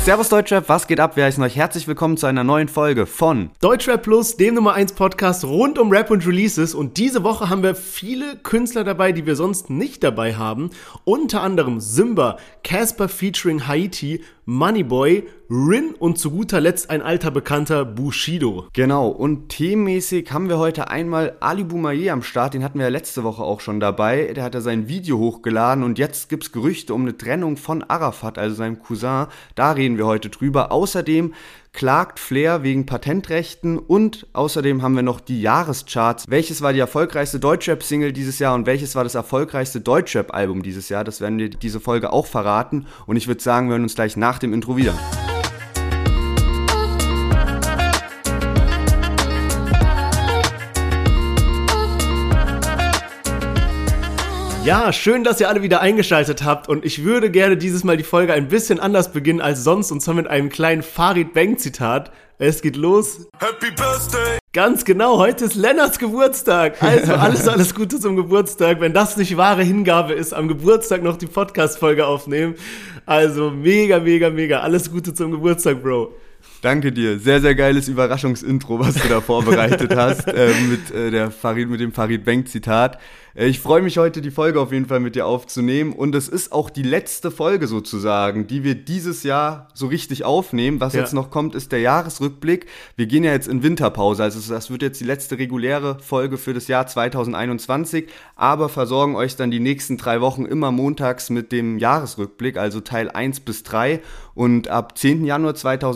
Servus Deutschrap, was geht ab? Wir heißen euch herzlich willkommen zu einer neuen Folge von Deutschrap Plus, dem Nummer 1 Podcast rund um Rap und Releases. Und diese Woche haben wir viele Künstler dabei, die wir sonst nicht dabei haben. Unter anderem Simba, Casper featuring Haiti, Moneyboy, Rin und zu guter Letzt ein alter Bekannter, Bushido. Genau, und themenmäßig haben wir heute einmal Ali Boumaier am Start, den hatten wir ja letzte Woche auch schon dabei. Der hat ja sein Video hochgeladen und jetzt gibt's Gerüchte um eine Trennung von Arafat, also seinem Cousin. Da reden wir heute drüber. Außerdem klagt Flair wegen Patentrechten und außerdem haben wir noch die Jahrescharts. Welches war die erfolgreichste Deutschrap-Single dieses Jahr und welches war das erfolgreichste Deutschrap-Album dieses Jahr? Das werden wir diese Folge auch verraten und ich würde sagen, wir hören uns gleich nach dem Intro wieder. Ja, schön, dass ihr alle wieder eingeschaltet habt und ich würde gerne dieses Mal die Folge ein bisschen anders beginnen als sonst und zwar mit einem kleinen Farid Bang Zitat. Es geht los. Happy Birthday! Ganz genau, heute ist Lennarts Geburtstag. Also alles Gute zum Geburtstag. Wenn das nicht wahre Hingabe ist, am Geburtstag noch die Podcast-Folge aufnehmen. Also mega. Alles Gute zum Geburtstag, Bro. Danke dir. Sehr, sehr geiles Überraschungsintro, was du da vorbereitet hast mit dem Farid Bang Zitat. Ich freue mich heute, die Folge auf jeden Fall mit dir aufzunehmen und es ist auch die letzte Folge sozusagen, die wir dieses Jahr so richtig aufnehmen. Was jetzt noch kommt, ist der Jahresrückblick. Wir gehen ja jetzt in Winterpause, also das wird jetzt die letzte reguläre Folge für das Jahr 2021, aber versorgen euch dann die nächsten 3 Wochen immer montags mit dem Jahresrückblick, also Teil 1 bis 3 und ab 10. Januar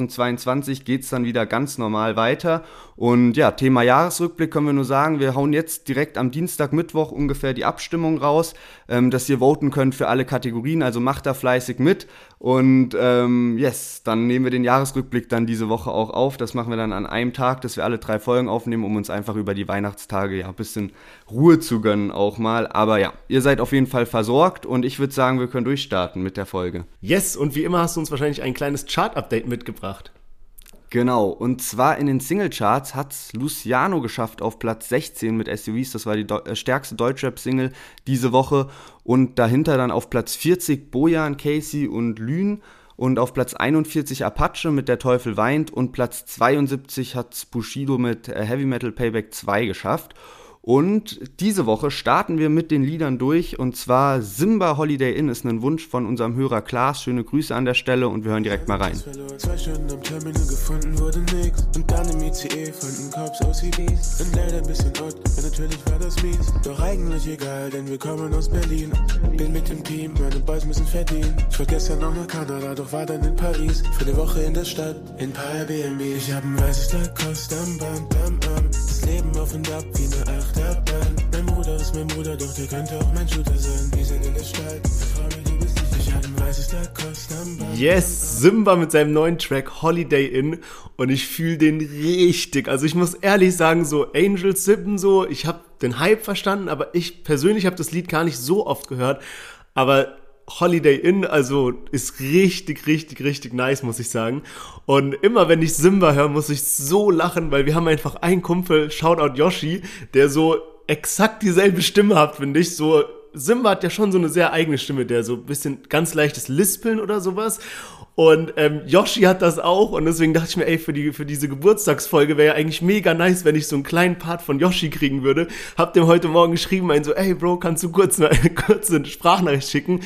2022 geht's dann wieder ganz normal weiter. Und ja, Thema Jahresrückblick können wir nur sagen, wir hauen jetzt direkt am Dienstag, Mittwoch ungefähr die Abstimmung raus, dass ihr voten könnt für alle Kategorien, also macht da fleißig mit und dann nehmen wir den Jahresrückblick dann diese Woche auch auf, das machen wir dann an einem Tag, dass wir alle 3 Folgen aufnehmen, um uns einfach über die Weihnachtstage ja ein bisschen Ruhe zu gönnen auch mal, aber ja, ihr seid auf jeden Fall versorgt und ich würde sagen, wir können durchstarten mit der Folge. Yes, und wie immer hast du uns wahrscheinlich ein kleines Chart-Update mitgebracht. Genau, und zwar in den Singlecharts hat's Luciano geschafft auf Platz 16 mit SUVs, das war die stärkste Deutschrap-Single diese Woche und dahinter dann auf Platz 40 Bojan, Casey und Lün und auf Platz 41 Apache mit Der Teufel weint und Platz 72 hat's Bushido mit Heavy Metal Payback 2 geschafft. Und diese Woche starten wir mit den Liedern durch und zwar Simba Holiday Inn ist ein Wunsch von unserem Hörer Klaas. Schöne Grüße an der Stelle und wir hören direkt mal rein. 2 Stunden am Terminal gefunden wurde nix und dann im ICE fanden Cops OCDs und leider ein bisschen out, ja natürlich war das mies, doch eigentlich egal, denn wir kommen aus Berlin, bin mit dem Team, meine Boys müssen verdienen, ich war gestern noch nach Kanada, doch war dann in Paris, für eine Woche in der Stadt, in paar Airbnb, ich hab ein weißes Lacoste am Band, am Arm, das Leben auf und ab wie eine Achterbahn. Mein Bruder ist mein Bruder, doch der könnte auch mein Shooter sein. Wir sind in der Stadt, vertrau mir, du bist nicht. Ich hab ein weißes Lacoste am Band. Yes, Simba mit seinem neuen Track Holiday Inn und ich fühle den richtig. Also ich muss ehrlich sagen, so Angels Sippen so, ich habe den Hype verstanden, aber ich persönlich habe das Lied gar nicht so oft gehört. Aber Holiday Inn, also ist richtig nice, muss ich sagen. Und immer wenn ich Simba höre, muss ich so lachen, weil wir haben einfach einen Kumpel, Shoutout Yoshi, der so exakt dieselbe Stimme hat, finde ich. So, Simba hat ja schon so eine sehr eigene Stimme, der so ein bisschen ganz leichtes Lispeln oder sowas. Und Yoshi hat das auch und deswegen dachte ich mir, ey, für diese Geburtstagsfolge wäre ja eigentlich mega nice, wenn ich so einen kleinen Part von Yoshi kriegen würde. Hab dem heute Morgen geschrieben, so, ey Bro, kannst du kurz eine kurze Sprachnachricht schicken?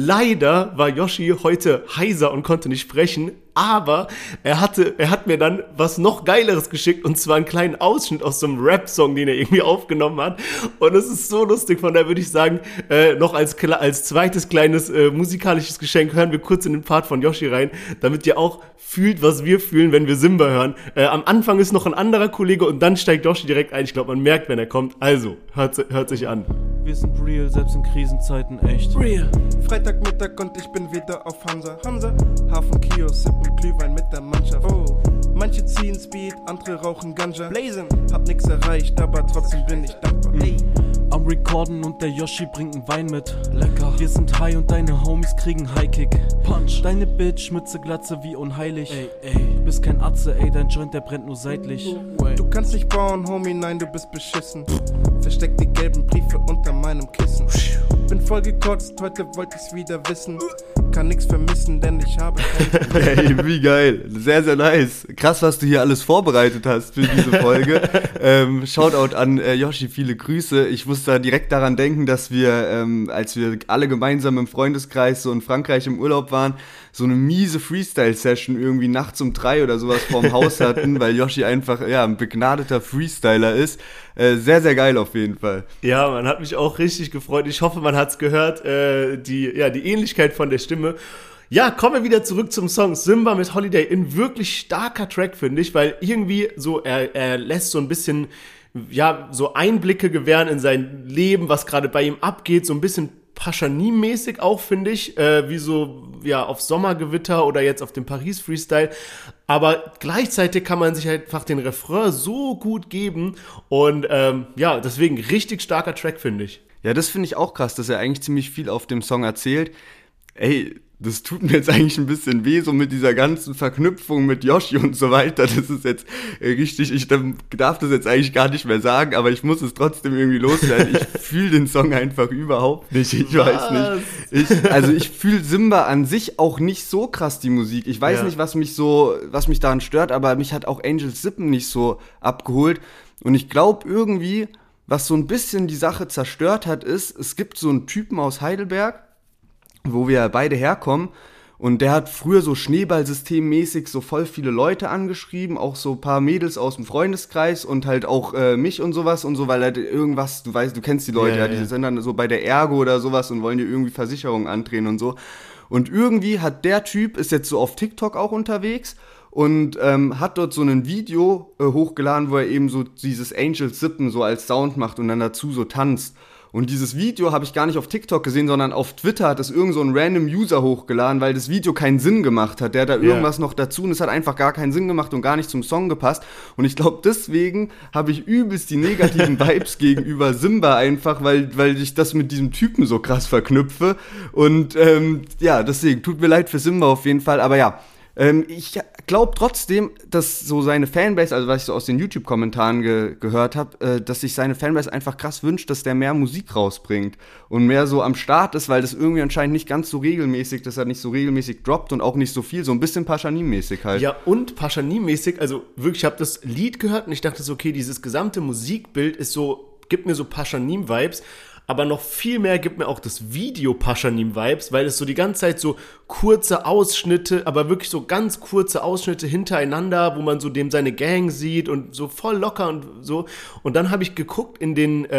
Leider war Yoshi heute heiser und konnte nicht sprechen, aber er hat mir dann was noch Geileres geschickt und zwar einen kleinen Ausschnitt aus so einem Rap-Song, den er irgendwie aufgenommen hat und es ist so lustig, von daher würde ich sagen, noch als zweites kleines musikalisches Geschenk hören wir kurz in den Part von Yoshi rein, damit ihr auch fühlt, was wir fühlen, wenn wir Simba hören. Am Anfang ist noch ein anderer Kollege und dann steigt Yoshi direkt ein. Ich glaube, man merkt, wenn er kommt. Also, hört sich an. Wir sind real, selbst in Krisenzeiten echt. Real. Freitagmittag und ich bin wieder auf Hansa. Hafen Kiosk, sippen Glühwein mit der Mannschaft. Oh. Manche ziehen Speed, andere rauchen Ganja. Blazing. Hab nix erreicht, aber trotzdem bin ich dankbar. Ey. Am Recorden und der Yoshi bringt einen Wein mit. Lecker. Wir sind high und deine Homies kriegen Highkick. Punch. Deine Bitch, Mütze, Glatze wie unheilig. Ey. Bist kein Atze, ey, dein Joint, der brennt nur seitlich. Du kannst nicht bauen, Homie, nein, du bist beschissen. Versteck die gelben Briefe unter meinem Kissen. Bin voll gekotzt, heute wollte ich's wieder wissen. kann nix vermissen, denn ich habe kein Hey, wie geil. Sehr, sehr nice. Krass, was du hier alles vorbereitet hast für diese Folge. Shoutout an Yoshi, viele Grüße. Ich muss da direkt daran denken, dass wir, als wir alle gemeinsam im Freundeskreis so in Frankreich im Urlaub waren, so eine miese Freestyle-Session irgendwie nachts um 3 oder sowas vorm Haus hatten, weil Yoshi einfach ein begnadeter Freestyler ist. Sehr, sehr geil auf jeden Fall. Ja, man hat mich auch richtig gefreut. Ich hoffe, man hat's gehört, die Ähnlichkeit von der Stimme. Ja, kommen wir wieder zurück zum Song Simba mit Holiday Inn. Wirklich starker Track, finde ich, weil irgendwie so, er lässt so ein bisschen, so Einblicke gewähren in sein Leben, was gerade bei ihm abgeht, so ein bisschen Paschanim-mäßig auch, finde ich, wie so, auf Sommergewitter oder jetzt auf dem Paris-Freestyle. Aber gleichzeitig kann man sich halt einfach den Refrain so gut geben und deswegen richtig starker Track, finde ich. Ja, das finde ich auch krass, dass er eigentlich ziemlich viel auf dem Song erzählt. Ey, das tut mir jetzt eigentlich ein bisschen weh, so mit dieser ganzen Verknüpfung mit Yoshi und so weiter. Das ist jetzt richtig, ich darf das jetzt eigentlich gar nicht mehr sagen, aber ich muss es trotzdem irgendwie loswerden. Ich fühle den Song einfach überhaupt nicht, ich weiß nicht. Ich fühle Simba an sich auch nicht so krass, die Musik. Ich weiß nicht, was mich daran stört, aber mich hat auch Angel Sippen nicht so abgeholt. Und ich glaube irgendwie, was so ein bisschen die Sache zerstört hat, ist, es gibt so einen Typen aus Heidelberg, wo wir beide herkommen, und der hat früher so Schneeballsystemmäßig so voll viele Leute angeschrieben, auch so ein paar Mädels aus dem Freundeskreis und halt auch mich und sowas und so, weil er irgendwas, du kennst die Leute, die sind dann so bei der Ergo oder sowas und wollen dir irgendwie Versicherungen andrehen und so. Und irgendwie hat der Typ, ist jetzt so auf TikTok auch unterwegs und hat dort so ein Video hochgeladen, wo er eben so dieses Angel Sippen so als Sound macht und dann dazu so tanzt. Und dieses Video habe ich gar nicht auf TikTok gesehen, sondern auf Twitter hat das irgend so ein random User hochgeladen, weil das Video keinen Sinn gemacht hat. Der hat da irgendwas noch dazu und es hat einfach gar keinen Sinn gemacht und gar nicht zum Song gepasst. Und ich glaube, deswegen habe ich übelst die negativen Vibes gegenüber Simba einfach, weil ich das mit diesem Typen so krass verknüpfe. Und deswegen, tut mir leid für Simba auf jeden Fall, aber ja. Ich glaube trotzdem, dass so seine Fanbase, also was ich so aus den YouTube-Kommentaren gehört habe, dass sich seine Fanbase einfach krass wünscht, dass der mehr Musik rausbringt und mehr so am Start ist, weil das irgendwie anscheinend nicht ganz so regelmäßig, dass er nicht so regelmäßig droppt und auch nicht so viel, so ein bisschen Paschanim-mäßig halt. Ja, und Paschanim-mäßig, also wirklich, ich habe das Lied gehört und ich dachte so, okay, dieses gesamte Musikbild ist so, gibt mir so Paschanim-Vibes. Aber noch viel mehr gibt mir auch das Video Paschanim-Vibes, weil es so die ganze Zeit so kurze Ausschnitte, aber wirklich so ganz kurze Ausschnitte hintereinander, wo man so dem seine Gang sieht und so voll locker und so. Und dann habe ich geguckt in den,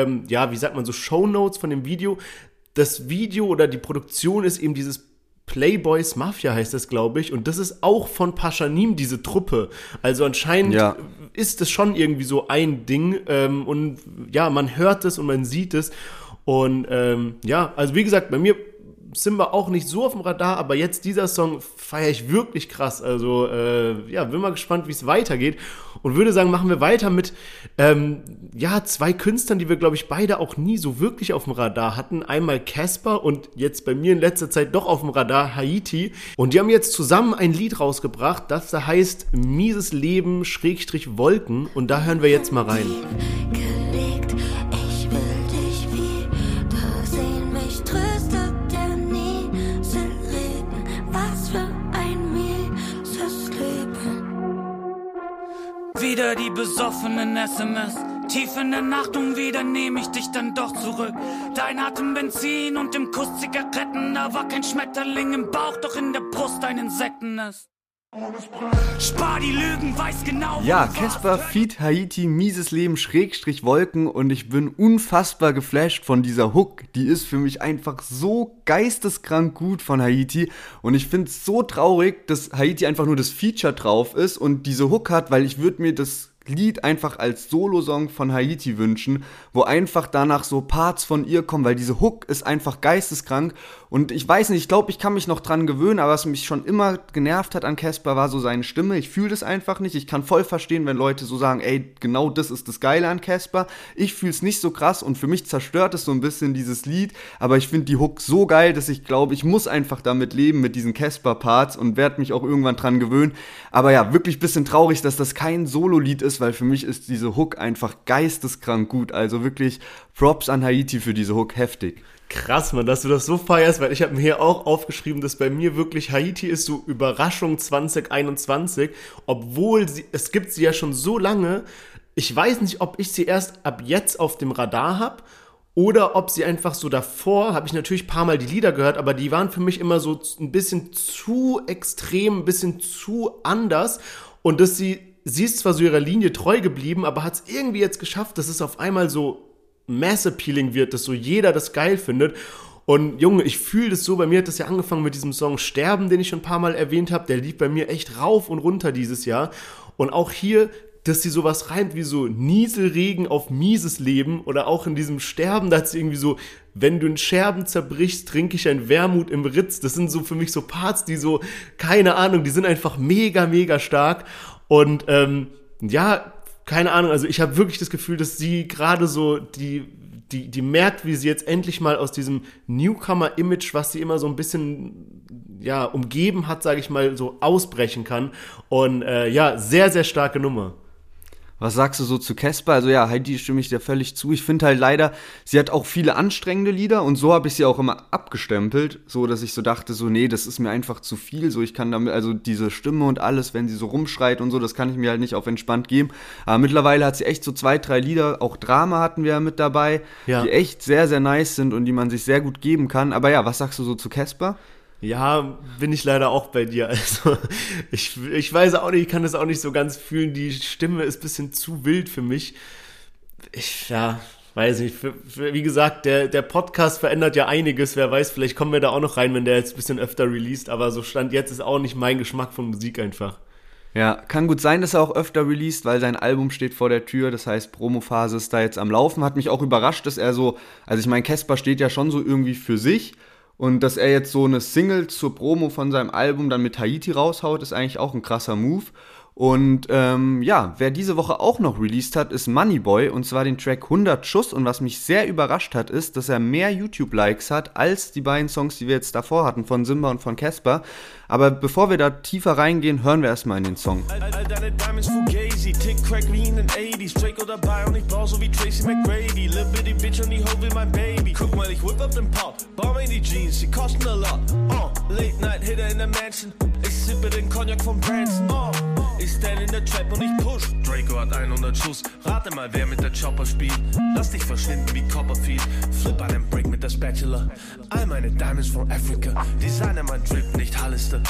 so Shownotes von dem Video. Das Video oder die Produktion ist eben dieses Playboys Mafia heißt das, glaube ich. Und das ist auch von Paschanim, diese Truppe. Also anscheinend ist das schon irgendwie so ein Ding. Und man hört es und man sieht es. Und also wie gesagt, bei mir Simba auch nicht so auf dem Radar, aber jetzt dieser Song feiere ich wirklich krass. Also bin mal gespannt, wie es weitergeht. Und würde sagen, machen wir weiter mit zwei Künstlern, die wir, glaube ich, beide auch nie so wirklich auf dem Radar hatten. Einmal Caspar und jetzt bei mir in letzter Zeit doch auf dem Radar Haiti. Und die haben jetzt zusammen ein Lied rausgebracht, das da heißt Mieses Leben / Wolken. Und da hören wir jetzt mal rein. Wieder die besoffenen SMS, tief in der Nacht und wieder nehme ich dich dann doch zurück. Dein Atem Benzin und im Kuss Zigaretten, da war kein Schmetterling im Bauch, doch in der Brust ein Insektennest. Spar die Lügen, weiß genau. Ja, Caspar feat. Haiti, Mieses Leben / Wolken, und ich bin unfassbar geflasht von dieser Hook. Die ist für mich einfach so geisteskrank gut von Haiti und ich finde es so traurig, dass Haiti einfach nur das Feature drauf ist und diese Hook hat, weil ich würde mir das Lied einfach als Solosong von Haiti wünschen, wo einfach danach so Parts von ihr kommen, weil diese Hook ist einfach geisteskrank und ich weiß nicht, ich glaube, ich kann mich noch dran gewöhnen, aber was mich schon immer genervt hat an Caspar war so seine Stimme, ich fühle das einfach nicht, ich kann voll verstehen, wenn Leute so sagen, ey, genau das ist das Geile an Caspar, ich fühle es nicht so krass und für mich zerstört es so ein bisschen dieses Lied, aber ich finde die Hook so geil, dass ich glaube, ich muss einfach damit leben, mit diesen Caspar-Parts und werde mich auch irgendwann dran gewöhnen, aber ja, wirklich ein bisschen traurig, dass das kein Solo-Lied ist ist, weil für mich ist diese Hook einfach geisteskrank gut. Also wirklich Props an Haiti für diese Hook, heftig. Krass, Mann, dass du das so feierst, weil ich habe mir hier auch aufgeschrieben, dass bei mir wirklich Haiti ist so Überraschung 2021, obwohl es gibt sie ja schon so lange. Ich weiß nicht, ob ich sie erst ab jetzt auf dem Radar habe oder ob sie einfach so davor, habe ich natürlich ein paar Mal die Lieder gehört, aber die waren für mich immer so ein bisschen zu extrem, ein bisschen zu anders und dass sie ist zwar so ihrer Linie treu geblieben, aber hat es irgendwie jetzt geschafft, dass es auf einmal so Mass-Appealing wird, dass so jeder das geil findet. Und Junge, ich fühle das so, bei mir hat das ja angefangen mit diesem Song Sterben, den ich schon ein paar Mal erwähnt habe, der lief bei mir echt rauf und runter dieses Jahr. Und auch hier, dass sie sowas reimt wie so Nieselregen auf mieses Leben oder auch in diesem Sterben, da hat sie irgendwie so, wenn du in Scherben zerbrichst, trinke ich ein Wermut im Ritz. Das sind so für mich so Parts, die so, keine Ahnung, die sind einfach mega, mega stark. Und ja, keine Ahnung, also ich habe wirklich das Gefühl, dass sie gerade so die merkt, wie sie jetzt endlich mal aus diesem Newcomer-Image, was sie immer so ein bisschen ja umgeben hat, sage ich mal, so ausbrechen kann. Und ja, sehr, sehr starke Nummer. Was sagst du so zu Caspar? Also ja, Haiti stimme ich dir völlig zu. Ich finde halt leider, sie hat auch viele anstrengende Lieder und so habe ich sie auch immer abgestempelt, so dass ich so dachte, so nee, das ist mir einfach zu viel, so ich kann damit, also diese Stimme und alles, wenn sie so rumschreit und so, das kann ich mir halt nicht auf entspannt geben. Aber mittlerweile hat sie echt so 2, 3 Lieder, auch Drama hatten wir ja mit dabei, ja, die echt sehr, sehr nice sind und die man sich sehr gut geben kann. Aber ja, was sagst du so zu Caspar? Ja, bin ich leider auch bei dir. Also ich weiß auch nicht, ich kann das auch nicht so ganz fühlen. Die Stimme ist ein bisschen zu wild für mich. Weiß nicht. Wie gesagt, der Podcast verändert ja einiges. Wer weiß, vielleicht kommen wir da auch noch rein, wenn der jetzt ein bisschen öfter released. Aber so Stand jetzt ist auch nicht mein Geschmack von Musik einfach. Ja, kann gut sein, dass er auch öfter released, weil sein Album steht vor der Tür, das heißt, Promophase ist da jetzt am Laufen. Hat mich auch überrascht, dass er so, also ich meine, Caspar steht ja schon so irgendwie für sich. Und dass er jetzt so eine Single zur Promo von seinem Album dann mit Haiti raushaut, ist eigentlich auch ein krasser Move. Und ja, wer diese Woche auch noch released hat, ist Moneyboy, und zwar den Track 100 Schuss. Und was mich sehr überrascht hat, ist, dass er mehr YouTube-Likes hat als die beiden Songs, die wir jetzt davor hatten, von Simba und von Caspar. Aber bevor wir da tiefer reingehen, hören wir erstmal in den Song. All deine Diamonds fugazi, tick crack wie in den 80s, Draco dabei und ich bau so wie Tracy McGrady, little bitty bitch und die Ho will mein Baby. Guck mal, ich whip up den Pop, bau mir in die Jeans, die kosten a lot. Late night hitter in der Mansion, ich sippe den Cognac von Branson. Ich stand in der Trap und ich push, Draco hat 100 Schuss, rate mal, wer mit der Chopper spielt. Lass dich verschwinden wie Copperfield, flip einen Break mit der Spatula. All meine Diamonds from Africa, Designer mein Drip, nicht Hollister.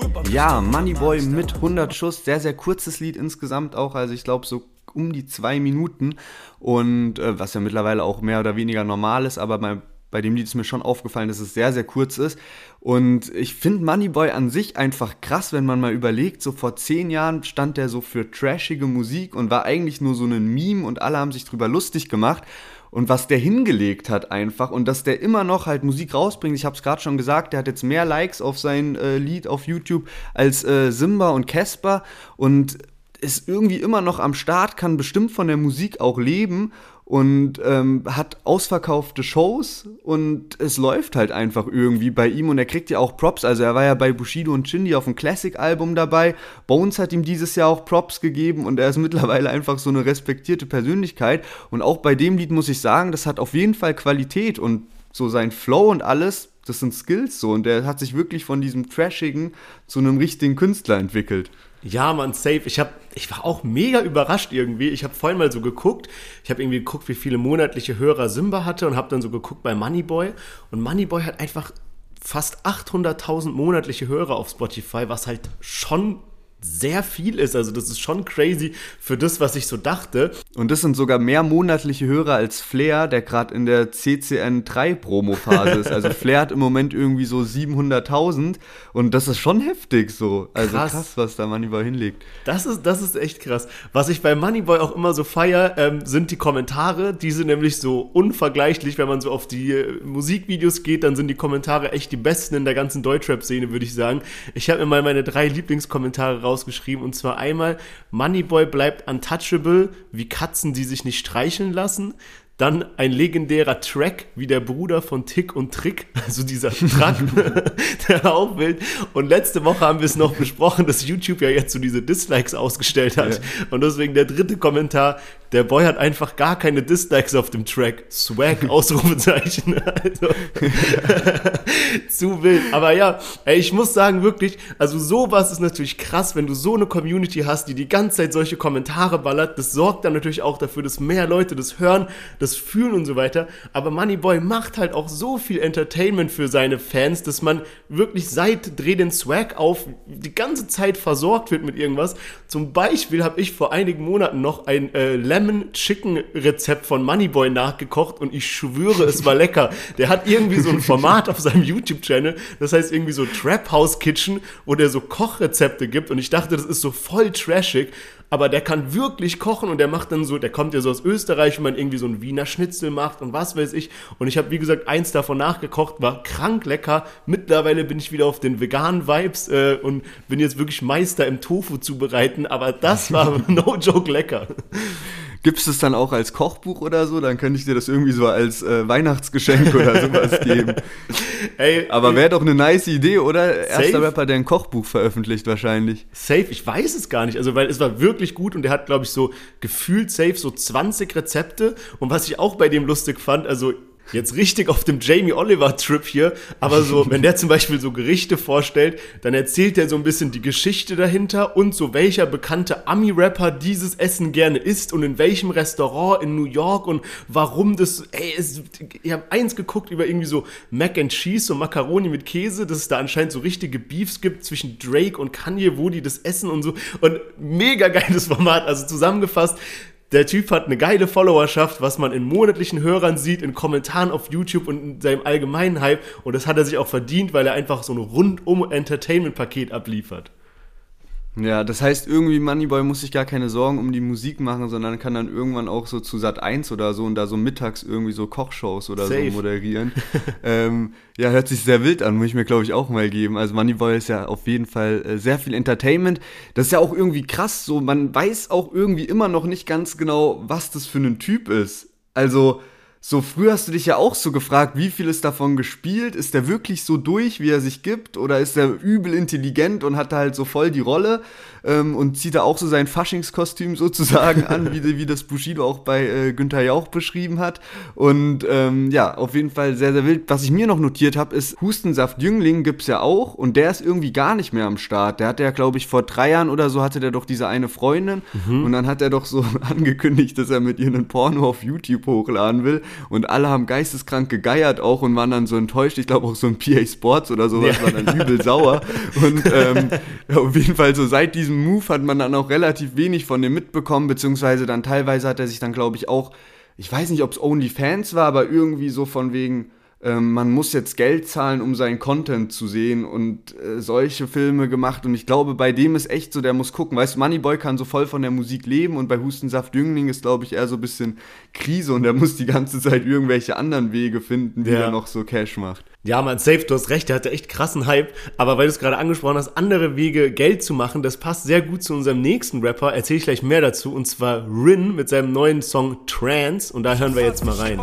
Ja, Moneyboy mit 100 Schuss, sehr, sehr kurzes Lied insgesamt auch, also ich glaube so um die 2 Minuten und was ja mittlerweile auch mehr oder weniger normal ist, aber bei dem Lied ist mir schon aufgefallen, dass es sehr, sehr kurz ist und ich finde Moneyboy an sich einfach krass, wenn man mal überlegt, so vor 10 Jahren stand der so für trashige Musik und war eigentlich nur so ein Meme und alle haben sich drüber lustig gemacht. Und was der hingelegt hat einfach und dass der immer noch halt Musik rausbringt, ich habe es gerade schon gesagt, der hat jetzt mehr Likes auf sein Lied auf YouTube als Simba und Caspar und ist irgendwie immer noch am Start, kann bestimmt von der Musik auch leben und hat ausverkaufte Shows und es läuft halt einfach irgendwie bei ihm und er kriegt ja auch Props, also er war ja bei Bushido und Shindy auf dem Classic-Album dabei, Bones hat ihm dieses Jahr auch Props gegeben und er ist mittlerweile einfach so eine respektierte Persönlichkeit und auch bei dem Lied muss ich sagen, das hat auf jeden Fall Qualität und so sein Flow und alles, das sind Skills so und der hat sich wirklich von diesem Trashigen zu einem richtigen Künstler entwickelt. Ja, man, safe. Ich war auch mega überrascht irgendwie. Ich habe vorhin mal so geguckt. Ich habe irgendwie geguckt, wie viele monatliche Hörer Simba hatte und habe dann so geguckt bei Moneyboy. Und Moneyboy hat einfach fast 800.000 monatliche Hörer auf Spotify, was halt schon sehr viel ist. Also das ist schon crazy für das, was ich so dachte. Und das sind sogar mehr monatliche Hörer als Flair, der gerade in der CCN3-Promo-Phase ist. Also Flair hat im Moment irgendwie so 700.000 und das ist schon heftig so. Also krass was da Moneyboy hinlegt. Das ist echt krass. Was ich bei Moneyboy auch immer so feier, sind die Kommentare. Die sind nämlich so unvergleichlich. Wenn man so auf die Musikvideos geht, dann sind die Kommentare echt die besten in der ganzen Deutschrap-Szene, würde ich sagen. Ich habe mir mal meine 3 Lieblingskommentare rausgeschrieben und zwar einmal, Moneyboy bleibt untouchable, wie Katzen, die sich nicht streicheln lassen. Dann ein legendärer Track wie der Bruder von Tick und Trick, also dieser Track, der auch wild. Und letzte Woche haben wir es noch besprochen, dass YouTube ja jetzt so diese Dislikes ausgestellt hat. Ja. Und deswegen der dritte Kommentar, der Boy hat einfach gar keine Dislikes auf dem Track. Swag, Ausrufezeichen. Also, zu wild. Aber ja, ey, ich muss sagen, wirklich, also sowas ist natürlich krass, wenn du so eine Community hast, die die ganze Zeit solche Kommentare ballert. Das sorgt dann natürlich auch dafür, dass mehr Leute das hören, das fühlen und so weiter. Aber Moneyboy macht halt auch so viel Entertainment für seine Fans, dass man wirklich seit Dreh den Swag auf die ganze Zeit versorgt wird mit irgendwas. Zum Beispiel habe ich vor einigen Monaten noch ein Lemon Chicken Rezept von Moneyboy nachgekocht und ich schwöre, es war lecker. Der hat irgendwie so ein Format auf seinem YouTube-Channel, das heißt irgendwie so Trap House Kitchen, wo der so Kochrezepte gibt und ich dachte, das ist so voll trashig, aber der kann wirklich kochen und der macht dann so, der kommt ja so aus Österreich, wenn man irgendwie so ein Wiener Schnitzel macht und was weiß ich. Und ich habe, wie gesagt, eins davon nachgekocht, war krank lecker. Mittlerweile bin ich wieder auf den veganen Vibes und bin jetzt wirklich Meister im Tofu zubereiten, aber das war no joke lecker. Gibt es das dann auch als Kochbuch oder so? Dann könnte ich dir das irgendwie so als Weihnachtsgeschenk oder sowas geben. Ey, aber wäre doch eine nice Idee, oder? Erster Rapper, der ein Kochbuch veröffentlicht wahrscheinlich. Safe, ich weiß es gar nicht. Also, weil es war wirklich gut und der hat, glaube ich, so gefühlt safe so 20 Rezepte. Und was ich auch bei dem lustig fand, also jetzt richtig auf dem Jamie Oliver-Trip hier, aber so, wenn der zum Beispiel so Gerichte vorstellt, dann erzählt er so ein bisschen die Geschichte dahinter und so welcher bekannte Ami-Rapper dieses Essen gerne isst und in welchem Restaurant in New York und warum das, ich habe eins geguckt über irgendwie so Mac and Cheese, so Macaroni mit Käse, dass es da anscheinend so richtige Beefs gibt zwischen Drake und Kanye, wo die das essen und so und mega geiles Format, also zusammengefasst, der Typ hat eine geile Followerschaft, was man in monatlichen Hörern sieht, in Kommentaren auf YouTube und in seinem allgemeinen Hype. Und das hat er sich auch verdient, weil er einfach so ein rundum Entertainment-Paket abliefert. Ja, das heißt, irgendwie Moneyboy muss sich gar keine Sorgen um die Musik machen, sondern kann dann irgendwann auch so zu Sat.1 oder so und da so mittags irgendwie so Kochshows oder Safe. So moderieren. Ja, hört sich sehr wild an, muss ich mir, glaube ich, auch mal geben. Also Moneyboy ist ja auf jeden Fall sehr viel Entertainment. Das ist ja auch irgendwie krass, so man weiß auch irgendwie immer noch nicht ganz genau, was das für ein Typ ist. Also so früher hast du dich ja auch so gefragt, wie viel ist davon gespielt? Ist der wirklich so durch, wie er sich gibt? Oder ist der übel intelligent und hat da halt so voll die Rolle und zieht da auch so sein Faschingskostüm sozusagen an, wie das Bushido auch bei Günther Jauch beschrieben hat. Und ja, auf jeden Fall sehr, sehr wild. Was ich mir noch notiert habe, ist, Hustensaft Jüngling gibt's ja auch und der ist irgendwie gar nicht mehr am Start. Der hatte ja, glaube ich, vor 3 Jahren oder so hatte der doch diese eine Freundin und dann hat er doch so angekündigt, dass er mit ihr einen Porno auf YouTube hochladen will. Und alle haben geisteskrank gegeiert auch und waren dann so enttäuscht. Ich glaube auch so ein PA Sports oder sowas war dann übel sauer. Und ja, auf jeden Fall so seit diesem Move hat man dann auch relativ wenig von dem mitbekommen, beziehungsweise dann teilweise hat er sich dann, glaube ich, auch, ich weiß nicht, ob es OnlyFans war, aber irgendwie so von wegen, man muss jetzt Geld zahlen, um seinen Content zu sehen und solche Filme gemacht und ich glaube, bei dem ist echt so, der muss gucken, weißt du, Moneyboy kann so voll von der Musik leben und bei Hustensaft Jüngling ist, glaube ich, eher so ein bisschen Krise und der muss die ganze Zeit irgendwelche anderen Wege finden, wie er noch so Cash macht. Ja, man, safe, du hast recht, der hatte echt krassen Hype, aber weil du es gerade angesprochen hast, andere Wege Geld zu machen, das passt sehr gut zu unserem nächsten Rapper, erzähle ich gleich mehr dazu, und zwar Rin mit seinem neuen Song Trance und da hören wir jetzt mal rein.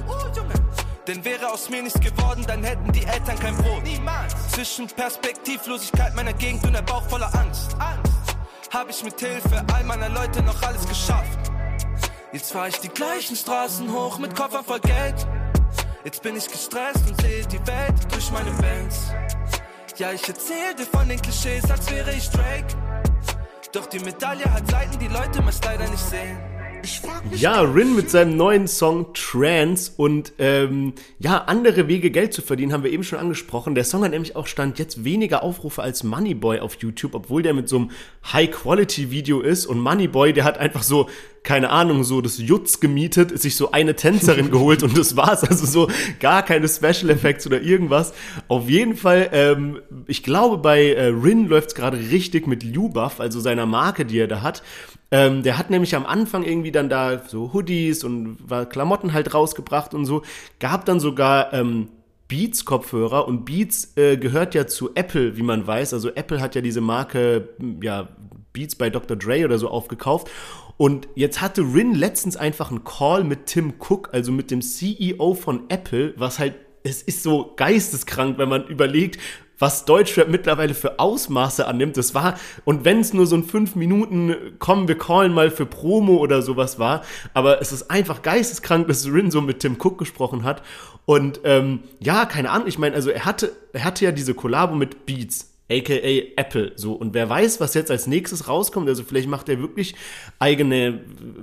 Denn wäre aus mir nichts geworden, dann hätten die Eltern kein Brot. Niemals. Zwischen Perspektivlosigkeit meiner Gegend und der Bauch voller Angst. Hab ich mit Hilfe all meiner Leute noch alles geschafft. Jetzt fahr ich die gleichen Straßen hoch mit Koffern voll Geld. Jetzt bin ich gestresst und sehe die Welt durch meine Bands. Ja, ich erzähl dir von den Klischees, als wäre ich Drake. Doch die Medaille hat Seiten, die Leute meist leider nicht sehen. Ja, Rin mit seinem neuen Song Trance und ja, andere Wege Geld zu verdienen, haben wir eben schon angesprochen. Der Song hat nämlich auch Stand jetzt weniger Aufrufe als Moneyboy auf YouTube, obwohl der mit so einem High-Quality-Video ist und Moneyboy, der hat einfach so, keine Ahnung, so das Jutz gemietet, sich so eine Tänzerin geholt und das war's, also so gar keine Special Effects oder irgendwas. Auf jeden Fall, ich glaube bei Rin läuft's gerade richtig mit Lubuff, also seiner Marke, die er da hat. Der hat nämlich am Anfang irgendwie dann da so Hoodies und Klamotten halt rausgebracht und so. Gab dann sogar Beats-Kopfhörer und Beats gehört ja zu Apple, wie man weiß. Also Apple hat ja diese Marke, ja, Beats bei Dr. Dre oder so aufgekauft. Und jetzt hatte Rin letztens einfach einen Call mit Tim Cook, also mit dem CEO von Apple, was halt, es ist so geisteskrank, wenn man überlegt, was Deutschrap mittlerweile für Ausmaße annimmt. Das war, und wenn es nur so ein 5 Minuten, komm, wir callen mal für Promo oder sowas war, aber es ist einfach geisteskrank, dass Rin so mit Tim Cook gesprochen hat. Und ja, keine Ahnung, ich meine, also er hatte ja diese Kollabo mit Beats, aka Apple, so. Und wer weiß, was jetzt als nächstes rauskommt, also vielleicht macht er wirklich eigene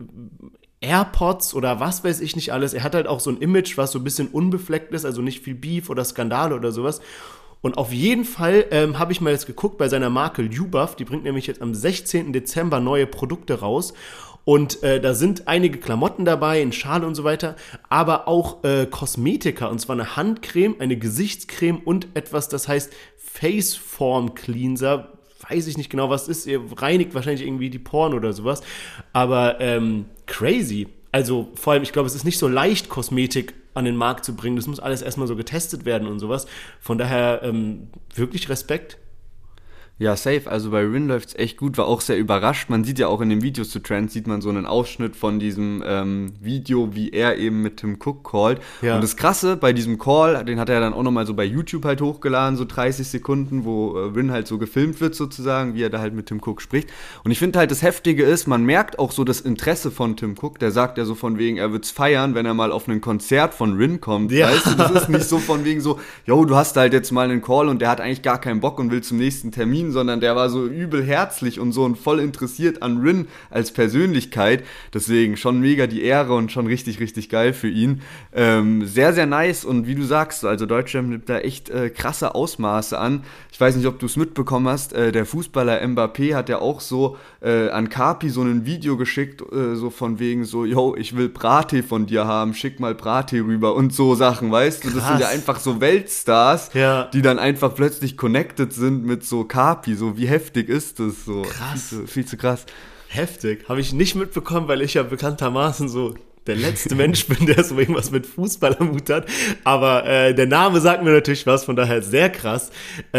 AirPods oder was weiß ich nicht alles. Er hat halt auch so ein Image, was so ein bisschen unbefleckt ist, also nicht viel Beef oder Skandale oder sowas. Und auf jeden Fall habe ich mal jetzt geguckt bei seiner Marke Lubuff, die bringt nämlich jetzt am 16. Dezember neue Produkte raus. Und da sind einige Klamotten dabei, in Schale und so weiter, aber auch Kosmetika, und zwar eine Handcreme, eine Gesichtscreme und etwas, das heißt Faceform Cleanser. Weiß ich nicht genau, was es ist. Ihr reinigt wahrscheinlich irgendwie die Poren oder sowas. Aber crazy. Also vor allem, ich glaube, es ist nicht so leicht, Kosmetik an den Markt zu bringen. Das muss alles erstmal so getestet werden und sowas. Von daher wirklich Respekt. Ja, safe. Also bei Rin läuft's echt gut, war auch sehr überrascht. Man sieht ja auch in den Videos zu Trends, sieht man so einen Ausschnitt von diesem Video, wie er eben mit Tim Cook callt. Ja. Und das Krasse bei diesem Call, den hat er dann auch nochmal so bei YouTube halt hochgeladen, so 30 Sekunden, wo Rin halt so gefilmt wird sozusagen, wie er da halt mit Tim Cook spricht. Und ich finde halt, das Heftige ist, man merkt auch so das Interesse von Tim Cook. Der sagt ja so von wegen, er wird's feiern, wenn er mal auf ein Konzert von Rin kommt. Ja. Weißt du, das ist nicht so von wegen so, yo, du hast halt jetzt mal einen Call und der hat eigentlich gar keinen Bock und will zum nächsten Termin, sondern der war so übel herzlich und so und voll interessiert an Rin als Persönlichkeit. Deswegen schon mega die Ehre und schon richtig, richtig geil für ihn. Sehr, sehr nice und wie du sagst, also Deutschland nimmt da echt krasse Ausmaße an. Ich weiß nicht, ob du es mitbekommen hast, der Fußballer Mbappé hat ja auch so an Kapi so ein Video geschickt, so von wegen so, yo, ich will Brattee von dir haben, schick mal Brattee rüber und so Sachen, weißt du? Das sind ja einfach so Weltstars, ja, die dann einfach plötzlich connected sind mit so Kapi, so wie heftig ist das so? Krass. Viel zu krass. Heftig. Habe ich nicht mitbekommen, weil ich ja bekanntermaßen so der letzte Mensch bin, der so irgendwas mit Fußball am Hut hat. Aber der Name sagt mir natürlich was, von daher sehr krass.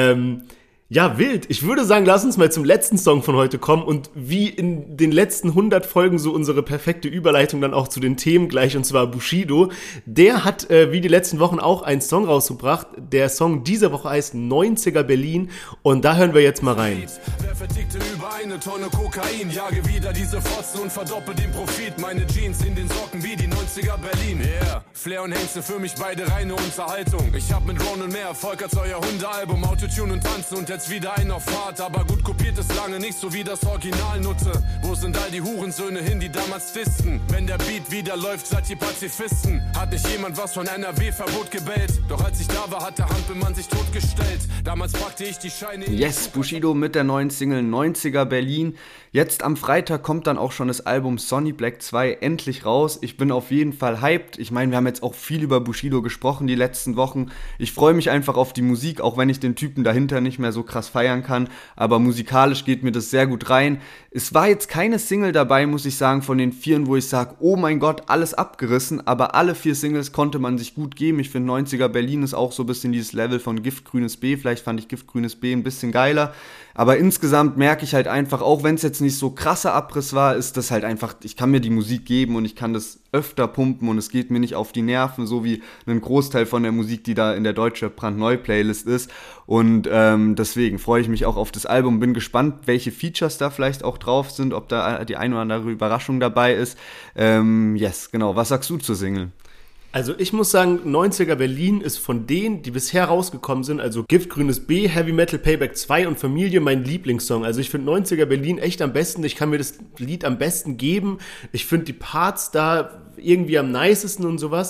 Ja, wild. Ich würde sagen, lass uns mal zum letzten Song von heute kommen und wie in den letzten 100 Folgen so unsere perfekte Überleitung dann auch zu den Themen gleich, und zwar Bushido. Der hat, wie die letzten Wochen auch, einen Song rausgebracht. Der Song dieser Woche heißt 90er Berlin und da hören wir jetzt mal rein. Wer vertickte über eine Tonne Kokain? Jage wieder diese Fotzen und verdoppel den Profit. Meine Jeans in den Socken wie die 90er Berlin. Yeah, Flair und Hengste für mich beide reine Unterhaltung. Ich hab mit Ron und mehr Erfolg als euer Hundealbum. Autotune und Tanzen und jetzt wieder ein auf Fahrt, aber gut kopiert ist lange nicht so wie das Original nutze. Wo sind all die Hurensöhne hin, die damals disten? Wenn der Beat wieder läuft, seid ihr Pazifisten. Hat nicht jemand was von NRW-Verbot gebellt? Doch als ich da war, hat der Hampelmann sich totgestellt. Damals packte ich die Scheine... Yes, Bushido mit der neuen Single 90er Berlin. Jetzt am Freitag kommt dann auch schon das Album Sonny Black 2 endlich raus. Ich bin auf jeden Fall hyped. Ich meine, wir haben jetzt auch viel über Bushido gesprochen die letzten Wochen. Ich freue mich einfach auf die Musik, auch wenn ich den Typen dahinter nicht mehr so krass feiern kann. Aber musikalisch geht mir das sehr gut rein. Es war jetzt keine Single dabei, muss ich sagen, von den 4, wo ich sage, oh mein Gott, alles abgerissen. Aber alle 4 Singles konnte man sich gut geben. Ich finde 90er Berlin ist auch so ein bisschen dieses Level von Giftgrünes B. Vielleicht fand ich Giftgrünes B ein bisschen geiler. Aber insgesamt merke ich halt einfach, auch wenn es jetzt nicht so krasser Abriss war, ist das halt einfach, ich kann mir die Musik geben und ich kann das öfter pumpen und es geht mir nicht auf die Nerven, so wie ein Großteil von der Musik, die da in der Deutsche Brandneu-Playlist ist. Und deswegen freue ich mich auch auf das Album, bin gespannt, welche Features da vielleicht auch drauf sind, ob da die eine oder andere Überraschung dabei ist. Yes, genau. Was sagst du zur Single? Also ich muss sagen, 90er Berlin ist von denen, die bisher rausgekommen sind, also Giftgrünes B, Heavy Metal Payback 2 und Familie, mein Lieblingssong. Also ich finde 90er Berlin echt am besten. Ich kann mir das Lied am besten geben. Ich finde die Parts da irgendwie am nicesten und sowas.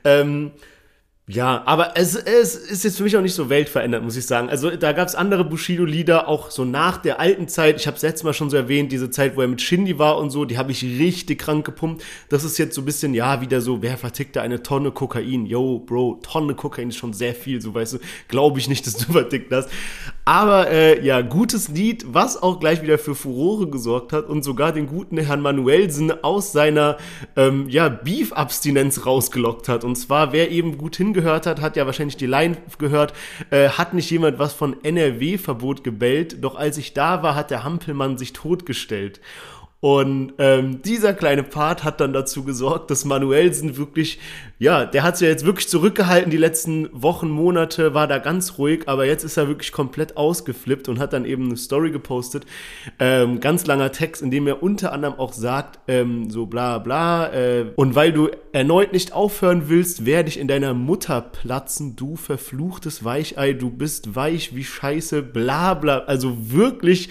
Ja, aber es ist jetzt für mich auch nicht so weltverändert, muss ich sagen. Also da gab es andere Bushido-Lieder, auch so nach der alten Zeit. Ich habe es letztes Mal schon so erwähnt, diese Zeit, wo er mit Shindy war und so, die habe ich richtig krank gepumpt. Das ist jetzt so ein bisschen, ja, wieder so, wer vertickt da eine Tonne Kokain? Yo, Bro, Tonne Kokain ist schon sehr viel, so weißt du. Glaube ich nicht, dass du vertickt hast. Aber ja, gutes Lied, was auch gleich wieder für Furore gesorgt hat und sogar den guten Herrn Manuelsen aus seiner Beef-Abstinenz rausgelockt hat. Und zwar, wer eben gut hingehört hat ja wahrscheinlich die Line gehört, hat nicht jemand was von NRW-Verbot gebellt, doch als ich da war, hat der Hampelmann sich totgestellt. Und dieser kleine Part hat dann dazu gesorgt, dass Manuellsen wirklich, ja, der hat sich ja jetzt wirklich zurückgehalten, die letzten Wochen, Monate, war da ganz ruhig, aber jetzt ist er wirklich komplett ausgeflippt und hat dann eben eine Story gepostet, ganz langer Text, in dem er unter anderem auch sagt, so bla bla, und weil du erneut nicht aufhören willst, werde ich in deiner Mutter platzen, du verfluchtes Weichei, du bist weich wie Scheiße, bla bla, also wirklich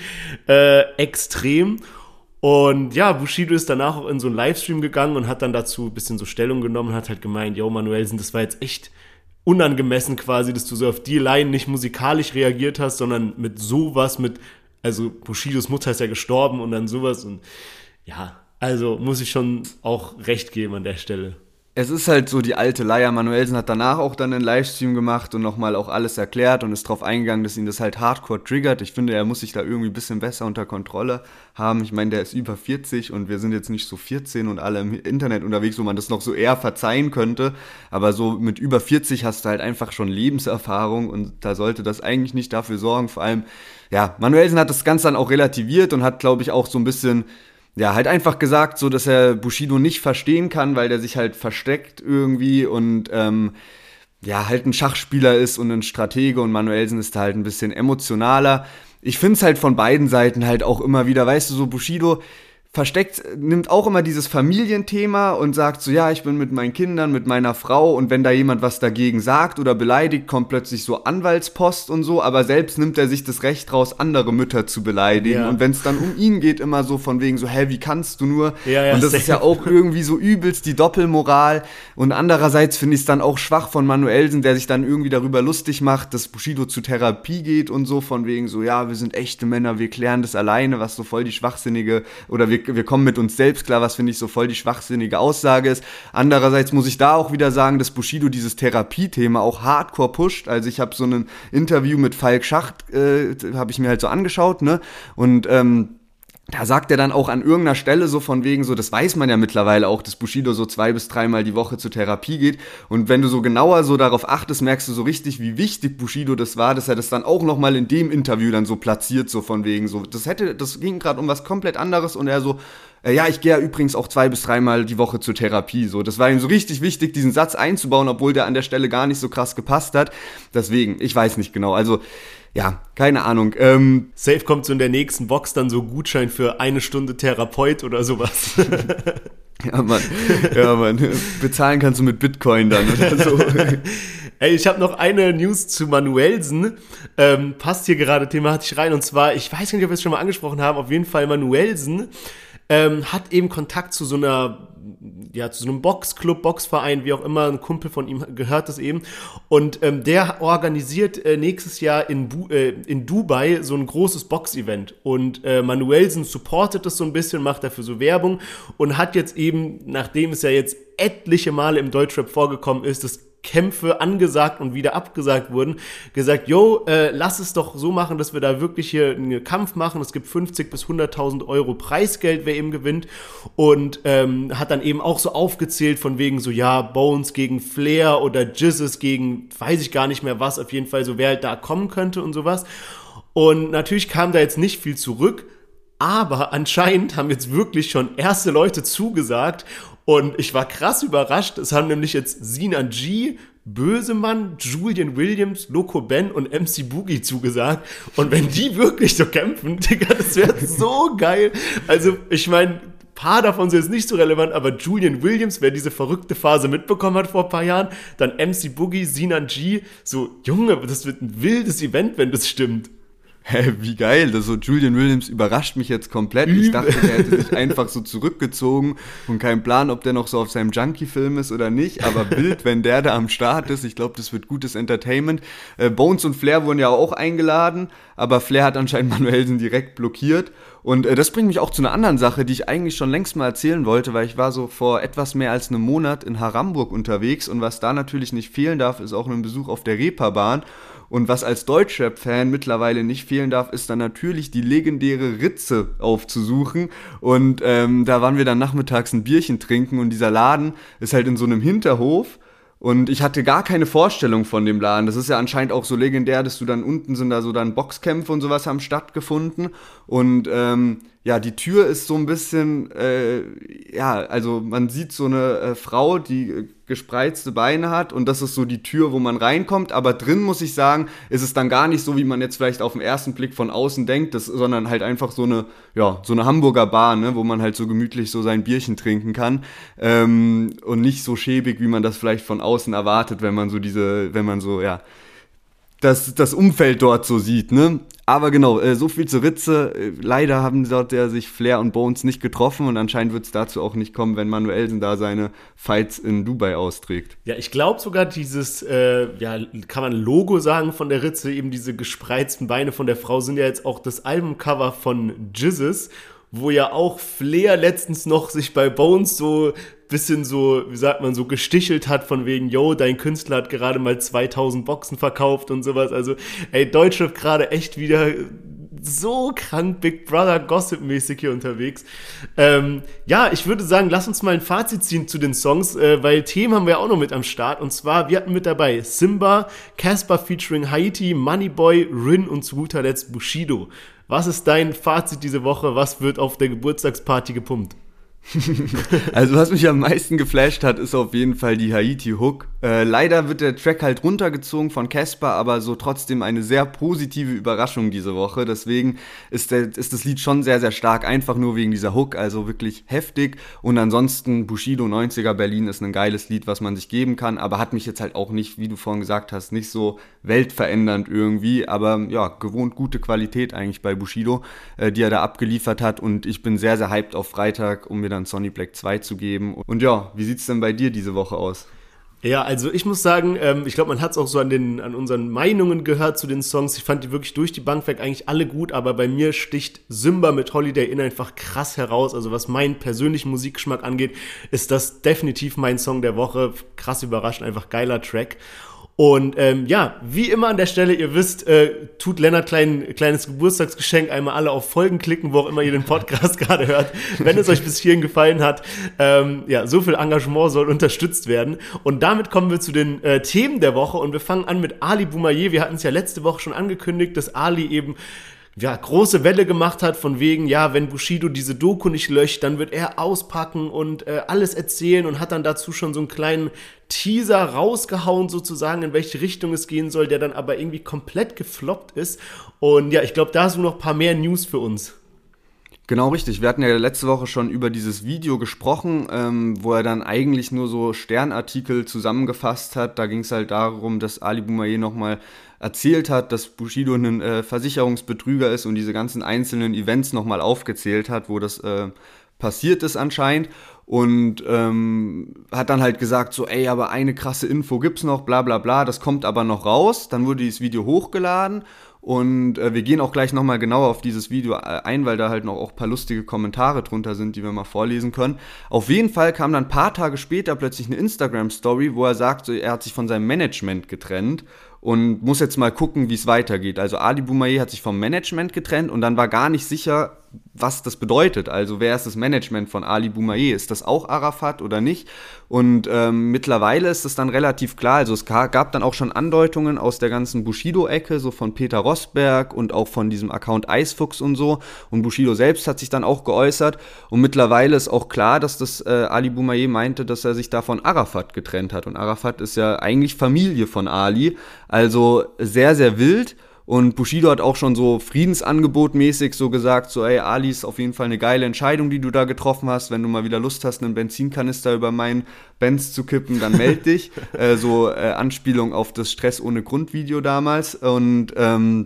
extrem. Und ja, Bushido ist danach auch in so einen Livestream gegangen und hat dann dazu ein bisschen so Stellung genommen und hat halt gemeint, yo Manuellsen, das war jetzt echt unangemessen quasi, dass du so auf die Line nicht musikalisch reagiert hast, sondern mit sowas, also Bushidos Mutter ist ja gestorben und dann sowas und ja, also muss ich schon auch recht geben an der Stelle. Es ist halt so die alte Leier. Manuellsen hat danach auch dann einen Livestream gemacht und nochmal auch alles erklärt und ist drauf eingegangen, dass ihn das halt hardcore triggert. Ich finde, er muss sich da irgendwie ein bisschen besser unter Kontrolle haben. Ich meine, der ist über 40 und wir sind jetzt nicht so 14 und alle im Internet unterwegs, wo man das noch so eher verzeihen könnte. Aber so mit über 40 hast du halt einfach schon Lebenserfahrung und da sollte das eigentlich nicht dafür sorgen. Vor allem, ja, Manuellsen hat das Ganze dann auch relativiert und hat, glaube ich, auch so ein bisschen... ja, halt einfach gesagt, so, dass er Bushido nicht verstehen kann, weil der sich halt versteckt irgendwie und ja, halt ein Schachspieler ist und ein Stratege und Manuellsen ist da halt ein bisschen emotionaler. Ich find's halt von beiden Seiten halt auch immer wieder, weißt du, so Bushido nimmt auch immer dieses Familienthema und sagt so, ja, ich bin mit meinen Kindern, mit meiner Frau und wenn da jemand was dagegen sagt oder beleidigt, kommt plötzlich so Anwaltspost und so, aber selbst nimmt er sich das Recht raus, andere Mütter zu beleidigen und wenn es dann um ihn geht, immer so von wegen so, hä, wie kannst du nur? Und das ist ja auch irgendwie so übelst die Doppelmoral und andererseits finde ich es dann auch schwach von Manuellsen, der sich dann irgendwie darüber lustig macht, dass Bushido zur Therapie geht und so, von wegen so, ja, wir sind echte Männer, wir klären das alleine, was so voll die schwachsinnige, oder wir kommen mit uns selbst klar, was finde ich so voll die schwachsinnige Aussage ist. Andererseits muss ich da auch wieder sagen, dass Bushido dieses Therapiethema auch hardcore pusht. Also ich habe so ein Interview mit Falk Schacht, habe ich mir halt so angeschaut, ne? Und da sagt er dann auch an irgendeiner Stelle so von wegen so, das weiß man ja mittlerweile auch, dass Bushido so 2 bis 3 Mal die Woche zur Therapie geht und wenn du so genauer so darauf achtest, merkst du so richtig, wie wichtig Bushido das war, dass er das dann auch nochmal in dem Interview dann so platziert, so von wegen so, das ging gerade um was komplett anderes und er so, ja, ich gehe ja übrigens auch 2 bis 3 Mal die Woche zur Therapie, so, das war ihm so richtig wichtig, diesen Satz einzubauen, obwohl der an der Stelle gar nicht so krass gepasst hat, deswegen, ich weiß nicht genau, also, ja, keine Ahnung. Safe kommt so in der nächsten Box dann so Gutschein für 1 Stunde Therapeut oder sowas. Ja, Mann. Bezahlen kannst du mit Bitcoin dann oder so. Ey, ich habe noch eine News zu Manuellsen. Passt hier gerade thematisch rein. Und zwar, ich weiß nicht, ob wir es schon mal angesprochen haben, auf jeden Fall Manuellsen hat eben Kontakt zu so einem Boxclub, Boxverein, wie auch immer, ein Kumpel von ihm gehört das eben. Und der organisiert nächstes Jahr in Dubai so ein großes Boxevent. Und Manuellsen supportet das so ein bisschen, macht dafür so Werbung und hat jetzt eben, nachdem es ja jetzt etliche Male im Deutschrap vorgekommen ist, dass Kämpfe angesagt und wieder abgesagt wurden, gesagt, yo, lass es doch so machen, dass wir da wirklich hier einen Kampf machen. Es gibt 50.000 bis 100.000 Euro Preisgeld, wer eben gewinnt. Und hat dann eben auch so aufgezählt von wegen so, ja, Bones gegen Flair oder Jizzes gegen, weiß ich gar nicht mehr was, auf jeden Fall so, wer halt da kommen könnte und sowas. Und natürlich kam da jetzt nicht viel zurück, aber anscheinend haben jetzt wirklich schon erste Leute zugesagt. Und ich war krass überrascht. Es haben nämlich jetzt Sinan G, Bösemann, Julian Williams, Loco Ben und MC Boogie zugesagt. Und wenn die wirklich so kämpfen, Digga, das wäre so geil. Also, ich meine, ein paar davon sind jetzt nicht so relevant, aber Julian Williams, wer diese verrückte Phase mitbekommen hat vor ein paar Jahren, dann MC Boogie, Sinan G, so, Junge, das wird ein wildes Event, wenn das stimmt. Hä, wie geil, das so Julian Williams überrascht mich jetzt komplett. Ich dachte, der hätte sich einfach so zurückgezogen und keinen Plan, ob der noch so auf seinem Junkie-Film ist oder nicht, aber wild, wenn der da am Start ist. Ich glaube, das wird gutes Entertainment. Bones und Flair wurden ja auch eingeladen, aber Flair hat anscheinend Manuellsen direkt blockiert. Und das bringt mich auch zu einer anderen Sache, die ich eigentlich schon längst mal erzählen wollte, weil ich war so vor etwas mehr als einem Monat in Haramburg unterwegs und was da natürlich nicht fehlen darf, ist auch ein Besuch auf der Reeperbahn. Und was als Deutschrap-Fan mittlerweile nicht fehlen darf, ist dann natürlich die legendäre Ritze aufzusuchen. Und da waren wir dann nachmittags ein Bierchen trinken und dieser Laden ist halt in so einem Hinterhof. Und ich hatte gar keine Vorstellung von dem Laden. Das ist ja anscheinend auch so legendär, dass du dann unten sind da so dann Boxkämpfe und sowas haben stattgefunden. Und ja, die Tür ist so ein bisschen, also man sieht so eine Frau, die gespreizte Beine hat und das ist so die Tür, wo man reinkommt. Aber drin, muss ich sagen, ist es dann gar nicht so, wie man jetzt vielleicht auf den ersten Blick von außen denkt, sondern halt einfach so eine Hamburger Bar, ne, wo man halt so gemütlich so sein Bierchen trinken kann. Und nicht so schäbig, wie man das vielleicht von außen erwartet, wenn man das Umfeld dort so sieht, ne? Aber genau, so viel zur Ritze. Leider haben dort sich Flair und Bones nicht getroffen und anscheinend wird es dazu auch nicht kommen, wenn Manuelsen da seine Fights in Dubai austrägt. Ja, ich glaube sogar dieses, kann man Logo sagen von der Ritze, eben diese gespreizten Beine von der Frau sind ja jetzt auch das Albumcover von Jizzes, wo ja auch Flair letztens noch sich bei Bones so bisschen so, wie sagt man, so gestichelt hat von wegen, yo, dein Künstler hat gerade mal 2000 Boxen verkauft und sowas. Also, ey, Deutschrap gerade echt wieder so krank Big Brother Gossip-mäßig hier unterwegs. Ich würde sagen, lass uns mal ein Fazit ziehen zu den Songs, weil Themen haben wir auch noch mit am Start. Und zwar, wir hatten mit dabei Simba, Casper featuring Haiti, Moneyboy, Rin und zu guter Letzt Bushido. Was ist dein Fazit diese Woche? Was wird auf der Geburtstagsparty gepumpt? Also was mich am meisten geflasht hat, ist auf jeden Fall die Haiti-Hook. Leider wird der Track halt runtergezogen von Casper, aber so trotzdem eine sehr positive Überraschung diese Woche. Deswegen ist das Lied schon sehr, sehr stark, einfach nur wegen dieser Hook, also wirklich heftig. Und ansonsten Bushido 90er Berlin ist ein geiles Lied, was man sich geben kann, aber hat mich jetzt halt auch nicht, wie du vorhin gesagt hast, nicht so weltverändernd irgendwie, aber ja, gewohnt gute Qualität eigentlich bei Bushido, die er da abgeliefert hat und ich bin sehr, sehr hyped auf Freitag, um mir dann Sonny Black 2 zu geben. Und ja, wie sieht's denn bei dir diese Woche aus? Ja, also ich muss sagen, ich glaube, man hat es auch so an unseren Meinungen gehört zu den Songs. Ich fand die wirklich durch die Bank weg eigentlich alle gut, aber bei mir sticht Simba mit Holiday Inn einfach krass heraus. Also was meinen persönlichen Musikgeschmack angeht, ist das definitiv mein Song der Woche. Krass überraschend, einfach geiler Track. Und wie immer an der Stelle, ihr wisst, tut Lennart kleines Geburtstagsgeschenk, einmal alle auf Folgen klicken, wo auch immer ihr den Podcast gerade hört, wenn es euch bis hierhin gefallen hat. So viel Engagement soll unterstützt werden. Und damit kommen wir zu den Themen der Woche und wir fangen an mit Ali Boumaier. Wir hatten es ja letzte Woche schon angekündigt, dass Ali eben große Welle gemacht hat, von wegen, wenn Bushido diese Doku nicht löscht, dann wird er auspacken und alles erzählen und hat dann dazu schon so einen kleinen Teaser rausgehauen, sozusagen, in welche Richtung es gehen soll, der dann aber irgendwie komplett gefloppt ist. Und ich glaube, da hast du noch ein paar mehr News für uns. Genau, richtig. Wir hatten ja letzte Woche schon über dieses Video gesprochen, wo er dann eigentlich nur so Sternartikel zusammengefasst hat. Da ging es halt darum, dass Ali Boumaier nochmal erzählt hat, dass Bushido ein Versicherungsbetrüger ist und diese ganzen einzelnen Events nochmal aufgezählt hat, wo das passiert ist anscheinend. Und hat dann halt gesagt so, aber eine krasse Info gibt's noch, bla bla bla, das kommt aber noch raus. Dann wurde dieses Video hochgeladen und wir gehen auch gleich nochmal genauer auf dieses Video ein, weil da halt noch auch ein paar lustige Kommentare drunter sind, die wir mal vorlesen können. Auf jeden Fall kam dann ein paar Tage später plötzlich eine Instagram-Story, wo er sagt, so, er hat sich von seinem Management getrennt und muss jetzt mal gucken, wie es weitergeht. Also Ali Boumaier hat sich vom Management getrennt und dann war gar nicht sicher, was das bedeutet. Also wer ist das Management von Ali Boumaier? Ist das auch Arafat oder nicht? Und mittlerweile ist es dann relativ klar. Also es gab dann auch schon Andeutungen aus der ganzen Bushido-Ecke, so von Peter Rosberg und auch von diesem Account Eisfuchs und so. Und Bushido selbst hat sich dann auch geäußert. Und mittlerweile ist auch klar, dass das Ali Boumaier meinte, dass er sich da von Arafat getrennt hat. Und Arafat ist ja eigentlich Familie von Ali. Also sehr, sehr wild. Und Bushido hat auch schon so friedensangebotmäßig so gesagt, so Ali, ist auf jeden Fall eine geile Entscheidung, die du da getroffen hast. Wenn du mal wieder Lust hast, einen Benzinkanister über meinen Benz zu kippen, dann meld dich. Anspielung auf das Stress ohne Grund-Video damals. Und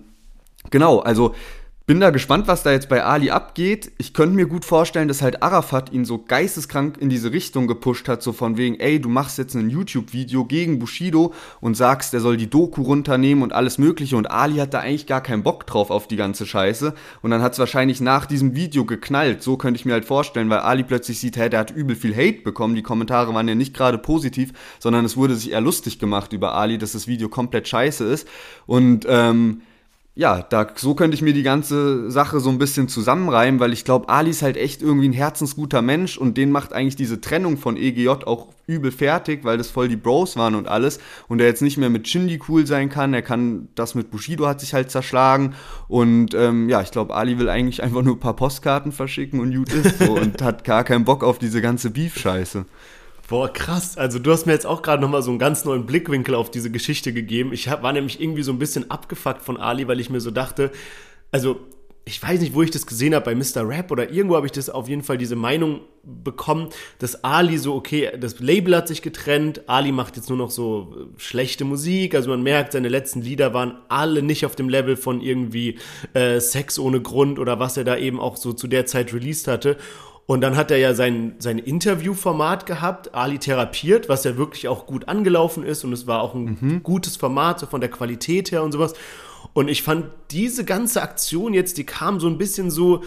genau, also bin da gespannt, was da jetzt bei Ali abgeht. Ich könnte mir gut vorstellen, dass halt Arafat ihn so geisteskrank in diese Richtung gepusht hat, so von wegen, du machst jetzt ein YouTube-Video gegen Bushido und sagst, er soll die Doku runternehmen und alles mögliche und Ali hat da eigentlich gar keinen Bock drauf auf die ganze Scheiße und dann hat es wahrscheinlich nach diesem Video geknallt, so könnte ich mir halt vorstellen, weil Ali plötzlich sieht, der hat übel viel Hate bekommen, die Kommentare waren ja nicht gerade positiv, sondern es wurde sich eher lustig gemacht über Ali, dass das Video komplett scheiße ist und ja, so könnte ich mir die ganze Sache so ein bisschen zusammenreimen, weil ich glaube, Ali ist halt echt irgendwie ein herzensguter Mensch und den macht eigentlich diese Trennung von EGJ auch übel fertig, weil das voll die Bros waren und alles und er jetzt nicht mehr mit Shindy cool sein kann, das mit Bushido hat sich halt zerschlagen und ja, ich glaube, Ali will eigentlich einfach nur ein paar Postkarten verschicken und gut ist so und hat gar keinen Bock auf diese ganze Beef-Scheiße. Boah, krass. Also du hast mir jetzt auch gerade nochmal so einen ganz neuen Blickwinkel auf diese Geschichte gegeben. Ich war nämlich irgendwie so ein bisschen abgefuckt von Ali, weil ich mir so dachte, also ich weiß nicht, wo ich das gesehen habe, bei Mr. Rap oder irgendwo habe ich das auf jeden Fall diese Meinung bekommen, dass Ali so, okay, das Label hat sich getrennt, Ali macht jetzt nur noch so schlechte Musik, also man merkt, seine letzten Lieder waren alle nicht auf dem Level von irgendwie Sex ohne Grund oder was er da eben auch so zu der Zeit released hatte. Und dann hat er ja sein Interviewformat gehabt, Ali therapiert, was ja wirklich auch gut angelaufen ist und es war auch ein gutes Format, so von der Qualität her und sowas. Und ich fand diese ganze Aktion jetzt, die kam so ein bisschen so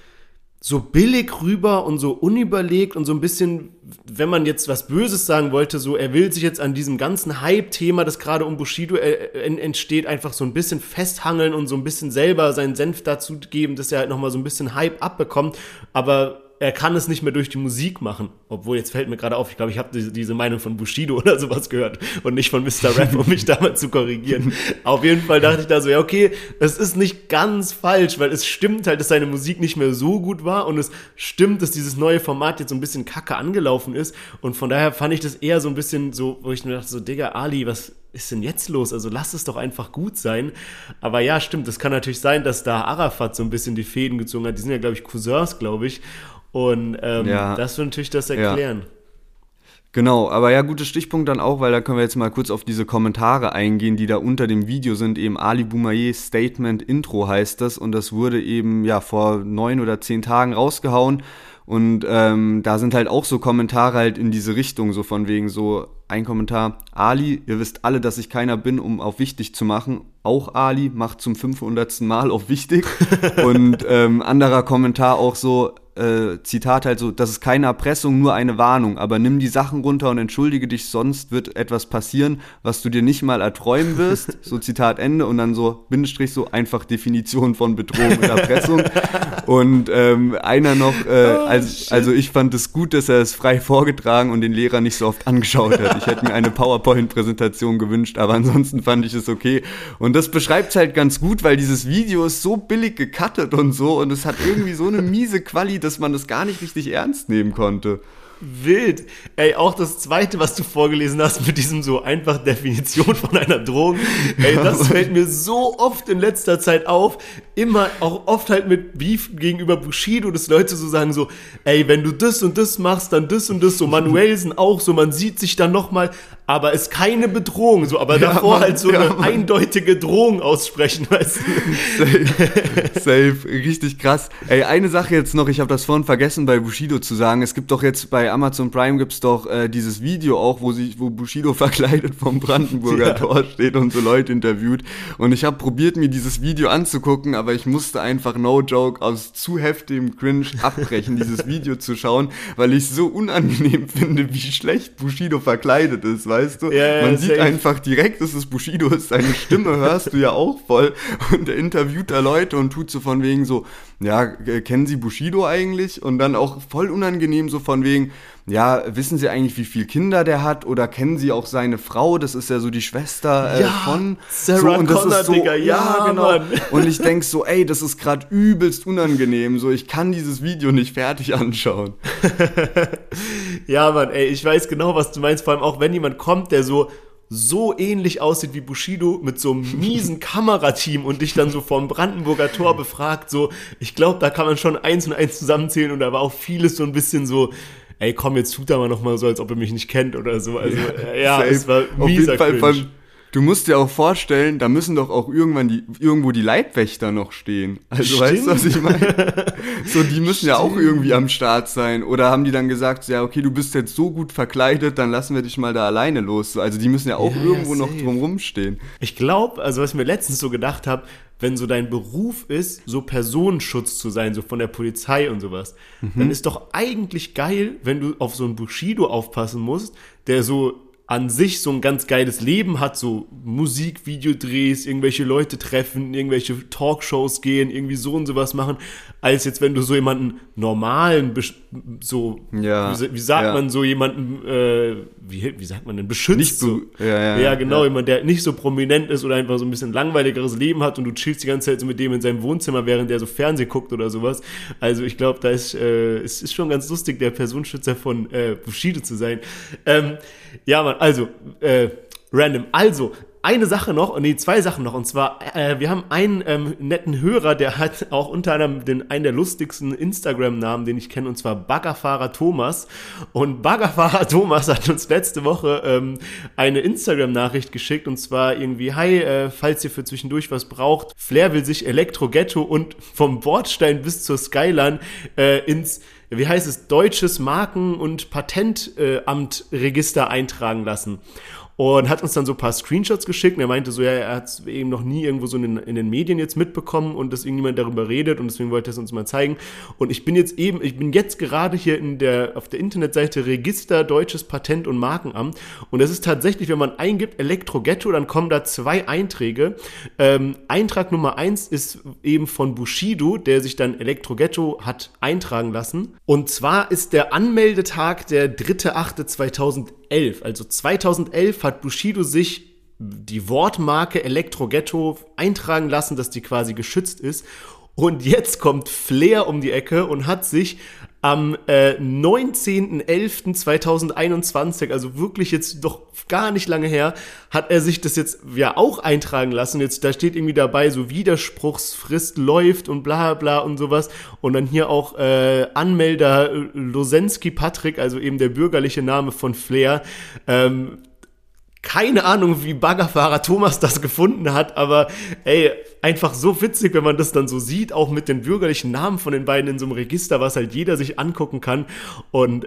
billig rüber und so unüberlegt und so ein bisschen, wenn man jetzt was Böses sagen wollte, so er will sich jetzt an diesem ganzen Hype-Thema, das gerade um Bushido entsteht, einfach so ein bisschen festhangeln und so ein bisschen selber seinen Senf dazu geben, dass er halt nochmal so ein bisschen Hype abbekommt, aber er kann es nicht mehr durch die Musik machen. Obwohl, jetzt fällt mir gerade auf, ich glaube, ich habe diese Meinung von Bushido oder sowas gehört und nicht von Mr. Rap, um mich damals zu korrigieren. Auf jeden Fall dachte ich da so, ja okay, es ist nicht ganz falsch, weil es stimmt halt, dass seine Musik nicht mehr so gut war und es stimmt, dass dieses neue Format jetzt so ein bisschen kacke angelaufen ist und von daher fand ich das eher so ein bisschen so, wo ich mir dachte so, Digga, Ali, was ist denn jetzt los? Also lass es doch einfach gut sein. Aber ja, stimmt, es kann natürlich sein, dass da Arafat so ein bisschen die Fäden gezogen hat. Die sind ja, glaube ich, Cousins, glaube ich. Und das wird natürlich das erklären. Ja. Genau, aber ja, guter Stichpunkt dann auch, weil da können wir jetzt mal kurz auf diese Kommentare eingehen, die da unter dem Video sind. Eben Ali Boumaier Statement Intro heißt das und das wurde eben ja vor 9 oder 10 Tagen rausgehauen. Und da sind halt auch so Kommentare halt in diese Richtung, so von wegen so ein Kommentar, Ali, ihr wisst alle, dass ich keiner bin, um auf wichtig zu machen. Auch Ali macht zum 500. Mal auf wichtig. Und anderer Kommentar auch so, Zitat halt so, das ist keine Erpressung, nur eine Warnung, aber nimm die Sachen runter und entschuldige dich, sonst wird etwas passieren, was du dir nicht mal erträumen wirst, so Zitat Ende und dann so, Bindestrich so, einfach Definition von Bedrohung und Erpressung und einer noch, also ich fand es gut, dass er es frei vorgetragen und den Lehrer nicht so oft angeschaut hat, ich hätte mir eine PowerPoint-Präsentation gewünscht, aber ansonsten fand ich es okay und das beschreibt es halt ganz gut, weil dieses Video ist so billig gecuttet und so und es hat irgendwie so eine miese Quali, dass man das gar nicht richtig ernst nehmen konnte. Wild. Ey, auch das zweite, was du vorgelesen hast mit diesem so einfach Definition von einer Drohung, ey, das fällt mir so oft in letzter Zeit auf, immer auch oft halt mit Beef gegenüber Bushido, dass Leute so sagen so, ey, wenn du das und das machst, dann das und das, so Manuelsen auch, so man sieht sich dann nochmal, aber ist keine Bedrohung, so, aber davor Mann, halt so eine eindeutige Drohung aussprechen, weißt du? Safe, richtig krass. Ey, eine Sache jetzt noch, ich habe das vorhin vergessen bei Bushido zu sagen, es gibt doch jetzt bei Amazon Prime gibt's doch dieses Video auch, wo Bushido verkleidet vom Brandenburger Tor steht und so Leute interviewt und ich habe probiert, mir dieses Video anzugucken, aber ich musste einfach, no joke, aus zu heftigem Cringe abbrechen, dieses Video zu schauen, weil ich es so unangenehm finde, wie schlecht Bushido verkleidet ist, weißt du? Ja, man sieht einfach direkt, dass es Bushido ist, seine Stimme hörst du ja auch voll und er interviewt da Leute und tut so von wegen so, ja, kennen Sie Bushido eigentlich? Und dann auch voll unangenehm so von wegen, ja, wissen Sie eigentlich, wie viele Kinder der hat? Oder kennen Sie auch seine Frau? Das ist ja so die Schwester von Sarah so, und das Connor, ist so, Digga, ja, genau. Mann. Und ich denk so, ey, das ist gerade übelst unangenehm. So, ich kann dieses Video nicht fertig anschauen. Ja, Mann, ey, ich weiß genau, was du meinst. Vor allem auch, wenn jemand kommt, der so ähnlich aussieht wie Bushido mit so einem miesen Kamerateam und dich dann so vom Brandenburger Tor befragt, so, ich glaube, da kann man schon 1 und 1 zusammenzählen und da war auch vieles so ein bisschen so, ey, komm, jetzt tut er mal nochmal so, als ob er mich nicht kennt oder so, also, ja, es war mieser Cringe. Du musst dir auch vorstellen, da müssen doch auch irgendwo die Leibwächter noch stehen. Also Weißt du, was ich meine? So, die müssen ja auch irgendwie am Start sein. Oder haben die dann gesagt, ja, okay, du bist jetzt so gut verkleidet, dann lassen wir dich mal da alleine los. Also die müssen ja auch irgendwo noch drumrum stehen. Ich glaube, also was ich mir letztens so gedacht habe, wenn so dein Beruf ist, so Personenschutz zu sein, so von der Polizei und sowas, dann ist doch eigentlich geil, wenn du auf so einen Bushido aufpassen musst, der so an sich so ein ganz geiles Leben hat, so Musikvideodrehs, irgendwelche Leute treffen, irgendwelche Talkshows gehen, irgendwie so und sowas machen, als jetzt, wenn du so jemanden normalen, so, wie sagt man, so jemanden, wie sagt man denn, beschützt. Nicht so, ja, genau, jemand, der nicht so prominent ist oder einfach so ein bisschen langweiligeres Leben hat und du chillst die ganze Zeit so mit dem in seinem Wohnzimmer, während der so Fernsehen guckt oder sowas. Also ich glaube, es ist schon ganz lustig, der Personenschützer von Bushido zu sein. Ja, Mann, also, random. Also, eine Sache noch, zwei Sachen noch, und zwar, wir haben einen netten Hörer, der hat auch unter anderem einen der lustigsten Instagram-Namen, den ich kenne, und zwar Baggerfahrer Thomas. Und Baggerfahrer Thomas hat uns letzte Woche eine Instagram-Nachricht geschickt, und zwar irgendwie, hi, falls ihr für zwischendurch was braucht, Flair will sich Elektro-Ghetto und vom Bordstein bis zur Skyline ins, wie heißt es, Deutsches Marken- und Patentamt-Register eintragen lassen. Und hat uns dann so ein paar Screenshots geschickt und er meinte so, ja, er hat es eben noch nie irgendwo so in den Medien jetzt mitbekommen und dass irgendjemand darüber redet und deswegen wollte er es uns mal zeigen. Und ich bin jetzt gerade hier auf der Internetseite Register Deutsches Patent- und Markenamt und das ist tatsächlich, wenn man eingibt Elektro-Ghetto, dann kommen da 2 Einträge. Eintrag Nummer 1 ist eben von Bushido, der sich dann Elektro-Ghetto hat eintragen lassen. Und zwar ist der Anmeldetag der 3.8.2011. Also 2011 hat Bushido sich die Wortmarke Elektro-Ghetto eintragen lassen, dass die quasi geschützt ist. Und jetzt kommt Flair um die Ecke und hat sich am 19.11.2021, also wirklich jetzt doch gar nicht lange her, hat er sich das jetzt ja auch eintragen lassen. Jetzt, da steht irgendwie dabei, so Widerspruchsfrist läuft und bla bla und sowas. Und dann hier auch Anmelder Losensky Patrick, also eben der bürgerliche Name von Flair. Keine Ahnung, wie Baggerfahrer Thomas das gefunden hat, aber ey, einfach so witzig, wenn man das dann so sieht, auch mit den bürgerlichen Namen von den beiden in so einem Register, was halt jeder sich angucken kann und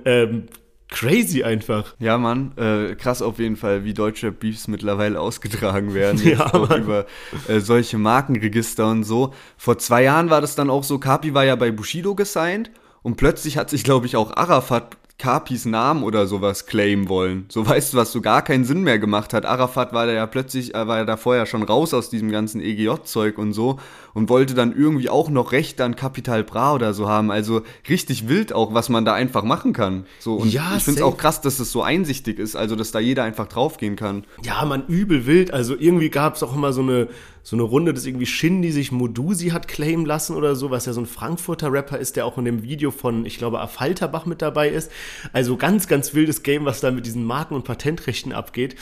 crazy einfach. Ja, Mann, krass auf jeden Fall, wie Deutschrap-Beefs mittlerweile ausgetragen werden. Ja, auch über solche Markenregister und so. Vor 2 Jahren war das dann auch so, Kapi war ja bei Bushido gesigned und plötzlich hat sich, glaube ich, auch Arafat Kapis Namen oder sowas claimen wollen. So, weißt du, was so gar keinen Sinn mehr gemacht hat. Arafat war da vorher schon raus aus diesem ganzen EGJ-Zeug und so und wollte dann irgendwie auch noch Rechte an Capital Bra oder so haben. Also richtig wild auch, was man da einfach machen kann. So, und ja, ich finde es auch krass, dass es so einsichtig ist, also dass da jeder einfach draufgehen kann. Ja, man, übel wild. Also irgendwie gab es auch immer so eine Runde, dass irgendwie Shindy sich Modusi hat claimen lassen oder so, was ja so ein Frankfurter Rapper ist, der auch in dem Video von, ich glaube, Affalterbach mit dabei ist. Also ganz, ganz wildes Game, was da mit diesen Marken- und Patentrechten abgeht.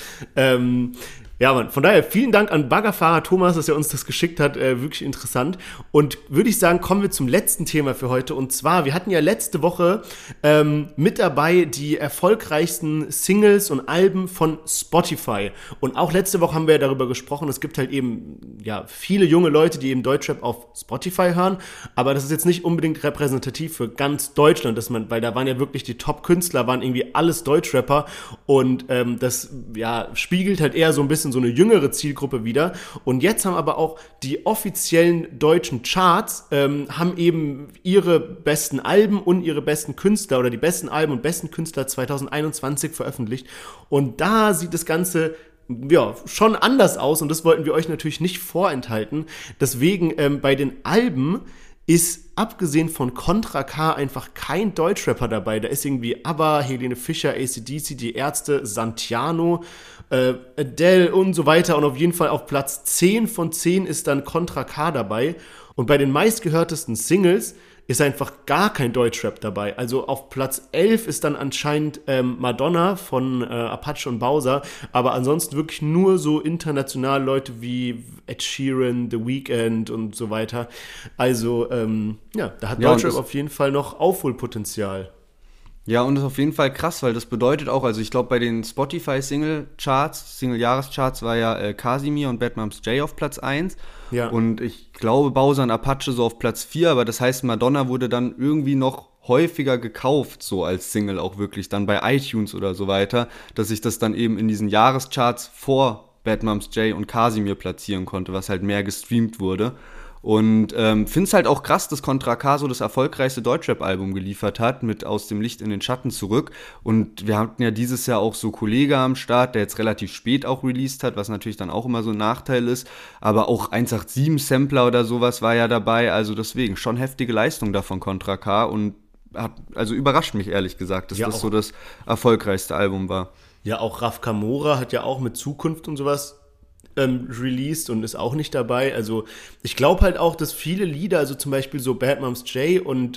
Ja, Mann, von daher vielen Dank an Baggerfahrer Thomas, dass er uns das geschickt hat, wirklich interessant. Und würde ich sagen, kommen wir zum letzten Thema für heute. Und zwar, wir hatten ja letzte Woche mit dabei die erfolgreichsten Singles und Alben von Spotify. Und auch letzte Woche haben wir ja darüber gesprochen, es gibt halt eben ja viele junge Leute, die eben Deutschrap auf Spotify hören. Aber das ist jetzt nicht unbedingt repräsentativ für ganz Deutschland, weil da waren ja wirklich die Top-Künstler, waren irgendwie alles Deutschrapper. Und das ja spiegelt halt eher so ein bisschen so eine jüngere Zielgruppe wieder. Und jetzt haben aber auch die offiziellen deutschen Charts haben eben ihre besten Alben und ihre besten Künstler oder die besten Alben und besten Künstler 2021 veröffentlicht. Und da sieht das Ganze ja schon anders aus und das wollten wir euch natürlich nicht vorenthalten. Deswegen bei den Alben ist abgesehen von Contra K einfach kein Deutschrapper dabei. Da ist irgendwie ABBA, Helene Fischer, AC/DC, die Ärzte, Santiano, Adele und so weiter. Und auf jeden Fall auf Platz 10 von 10 ist dann Contra K dabei. Und bei den meistgehörtesten Singles ist einfach gar kein Deutschrap dabei. Also auf Platz 11 ist dann anscheinend Madonna von Apache und Bowser, aber ansonsten wirklich nur so international Leute wie Ed Sheeran, The Weeknd und so weiter. Also ja, da hat Deutschrap auf jeden Fall noch Aufholpotenzial. Ja, und das ist auf jeden Fall krass, weil das bedeutet auch, also ich glaube bei den Spotify Single-Jahrescharts war ja Casimir und Bad Moms J auf Platz 1 ja. Und ich glaube Bowser und Apache so auf Platz 4, aber das heißt Madonna wurde dann irgendwie noch häufiger gekauft, so als Single auch wirklich, dann bei iTunes oder so weiter, dass ich das dann eben in diesen Jahrescharts vor Bad Moms J und Casimir platzieren konnte, was halt mehr gestreamt wurde. Und finde es halt auch krass, dass Contra K so das erfolgreichste Deutschrap-Album geliefert hat, mit Aus dem Licht in den Schatten zurück. Und wir hatten ja dieses Jahr auch so Kollege am Start, der jetzt relativ spät auch released hat, was natürlich dann auch immer so ein Nachteil ist. Aber auch 187-Sampler oder sowas war ja dabei. Also deswegen schon heftige Leistung da von Contra K und also überrascht mich ehrlich gesagt, dass das so das erfolgreichste Album war. Ja, auch Raf Kamora hat ja auch mit Zukunft und sowas released und ist auch nicht dabei. Also ich glaube halt auch, dass viele Lieder, also zum Beispiel so Bad Moms J und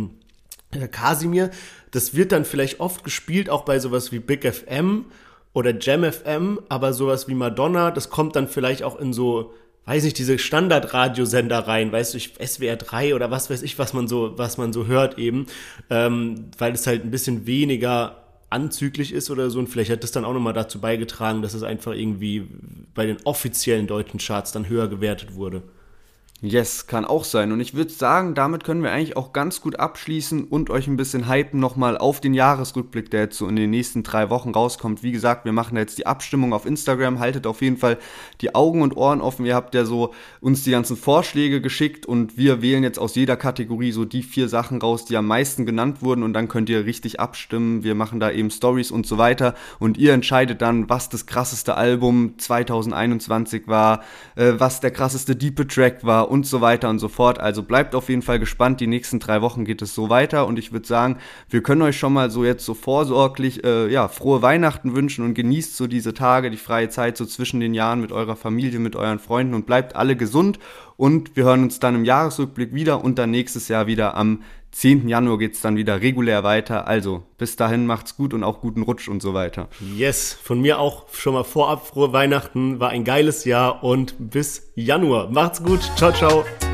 Casimir, das wird dann vielleicht oft gespielt, auch bei sowas wie Big FM oder Jam FM, aber sowas wie Madonna, das kommt dann vielleicht auch in so, weiß nicht, diese Standardradiosender rein, weißt du, SWR 3 oder was weiß ich, was man so hört eben, weil es halt ein bisschen weniger anzüglich ist oder so und vielleicht hat das dann auch nochmal dazu beigetragen, dass es einfach irgendwie bei den offiziellen deutschen Charts dann höher gewertet wurde. Yes, kann auch sein. Und ich würde sagen, damit können wir eigentlich auch ganz gut abschließen und euch ein bisschen hypen nochmal auf den Jahresrückblick, der jetzt so in den nächsten 3 Wochen rauskommt. Wie gesagt, wir machen jetzt die Abstimmung auf Instagram. Haltet auf jeden Fall die Augen und Ohren offen. Ihr habt ja so uns die ganzen Vorschläge geschickt und wir wählen jetzt aus jeder Kategorie so die 4 Sachen raus, die am meisten genannt wurden und dann könnt ihr richtig abstimmen. Wir machen da eben Stories und so weiter und ihr entscheidet dann, was das krasseste Album 2021 war, was der krasseste Deepe Track war und so weiter und so fort. Also bleibt auf jeden Fall gespannt. Die nächsten 3 Wochen geht es so weiter und ich würde sagen, wir können euch schon mal so jetzt so vorsorglich frohe Weihnachten wünschen und genießt so diese Tage, die freie Zeit so zwischen den Jahren mit eurer Familie, mit euren Freunden und bleibt alle gesund und wir hören uns dann im Jahresrückblick wieder und dann nächstes Jahr wieder am 10. Januar geht es dann wieder regulär weiter. Also bis dahin macht's gut und auch guten Rutsch und so weiter. Yes, von mir auch schon mal vorab frohe Weihnachten. War ein geiles Jahr und bis Januar. Macht's gut. Ciao, ciao.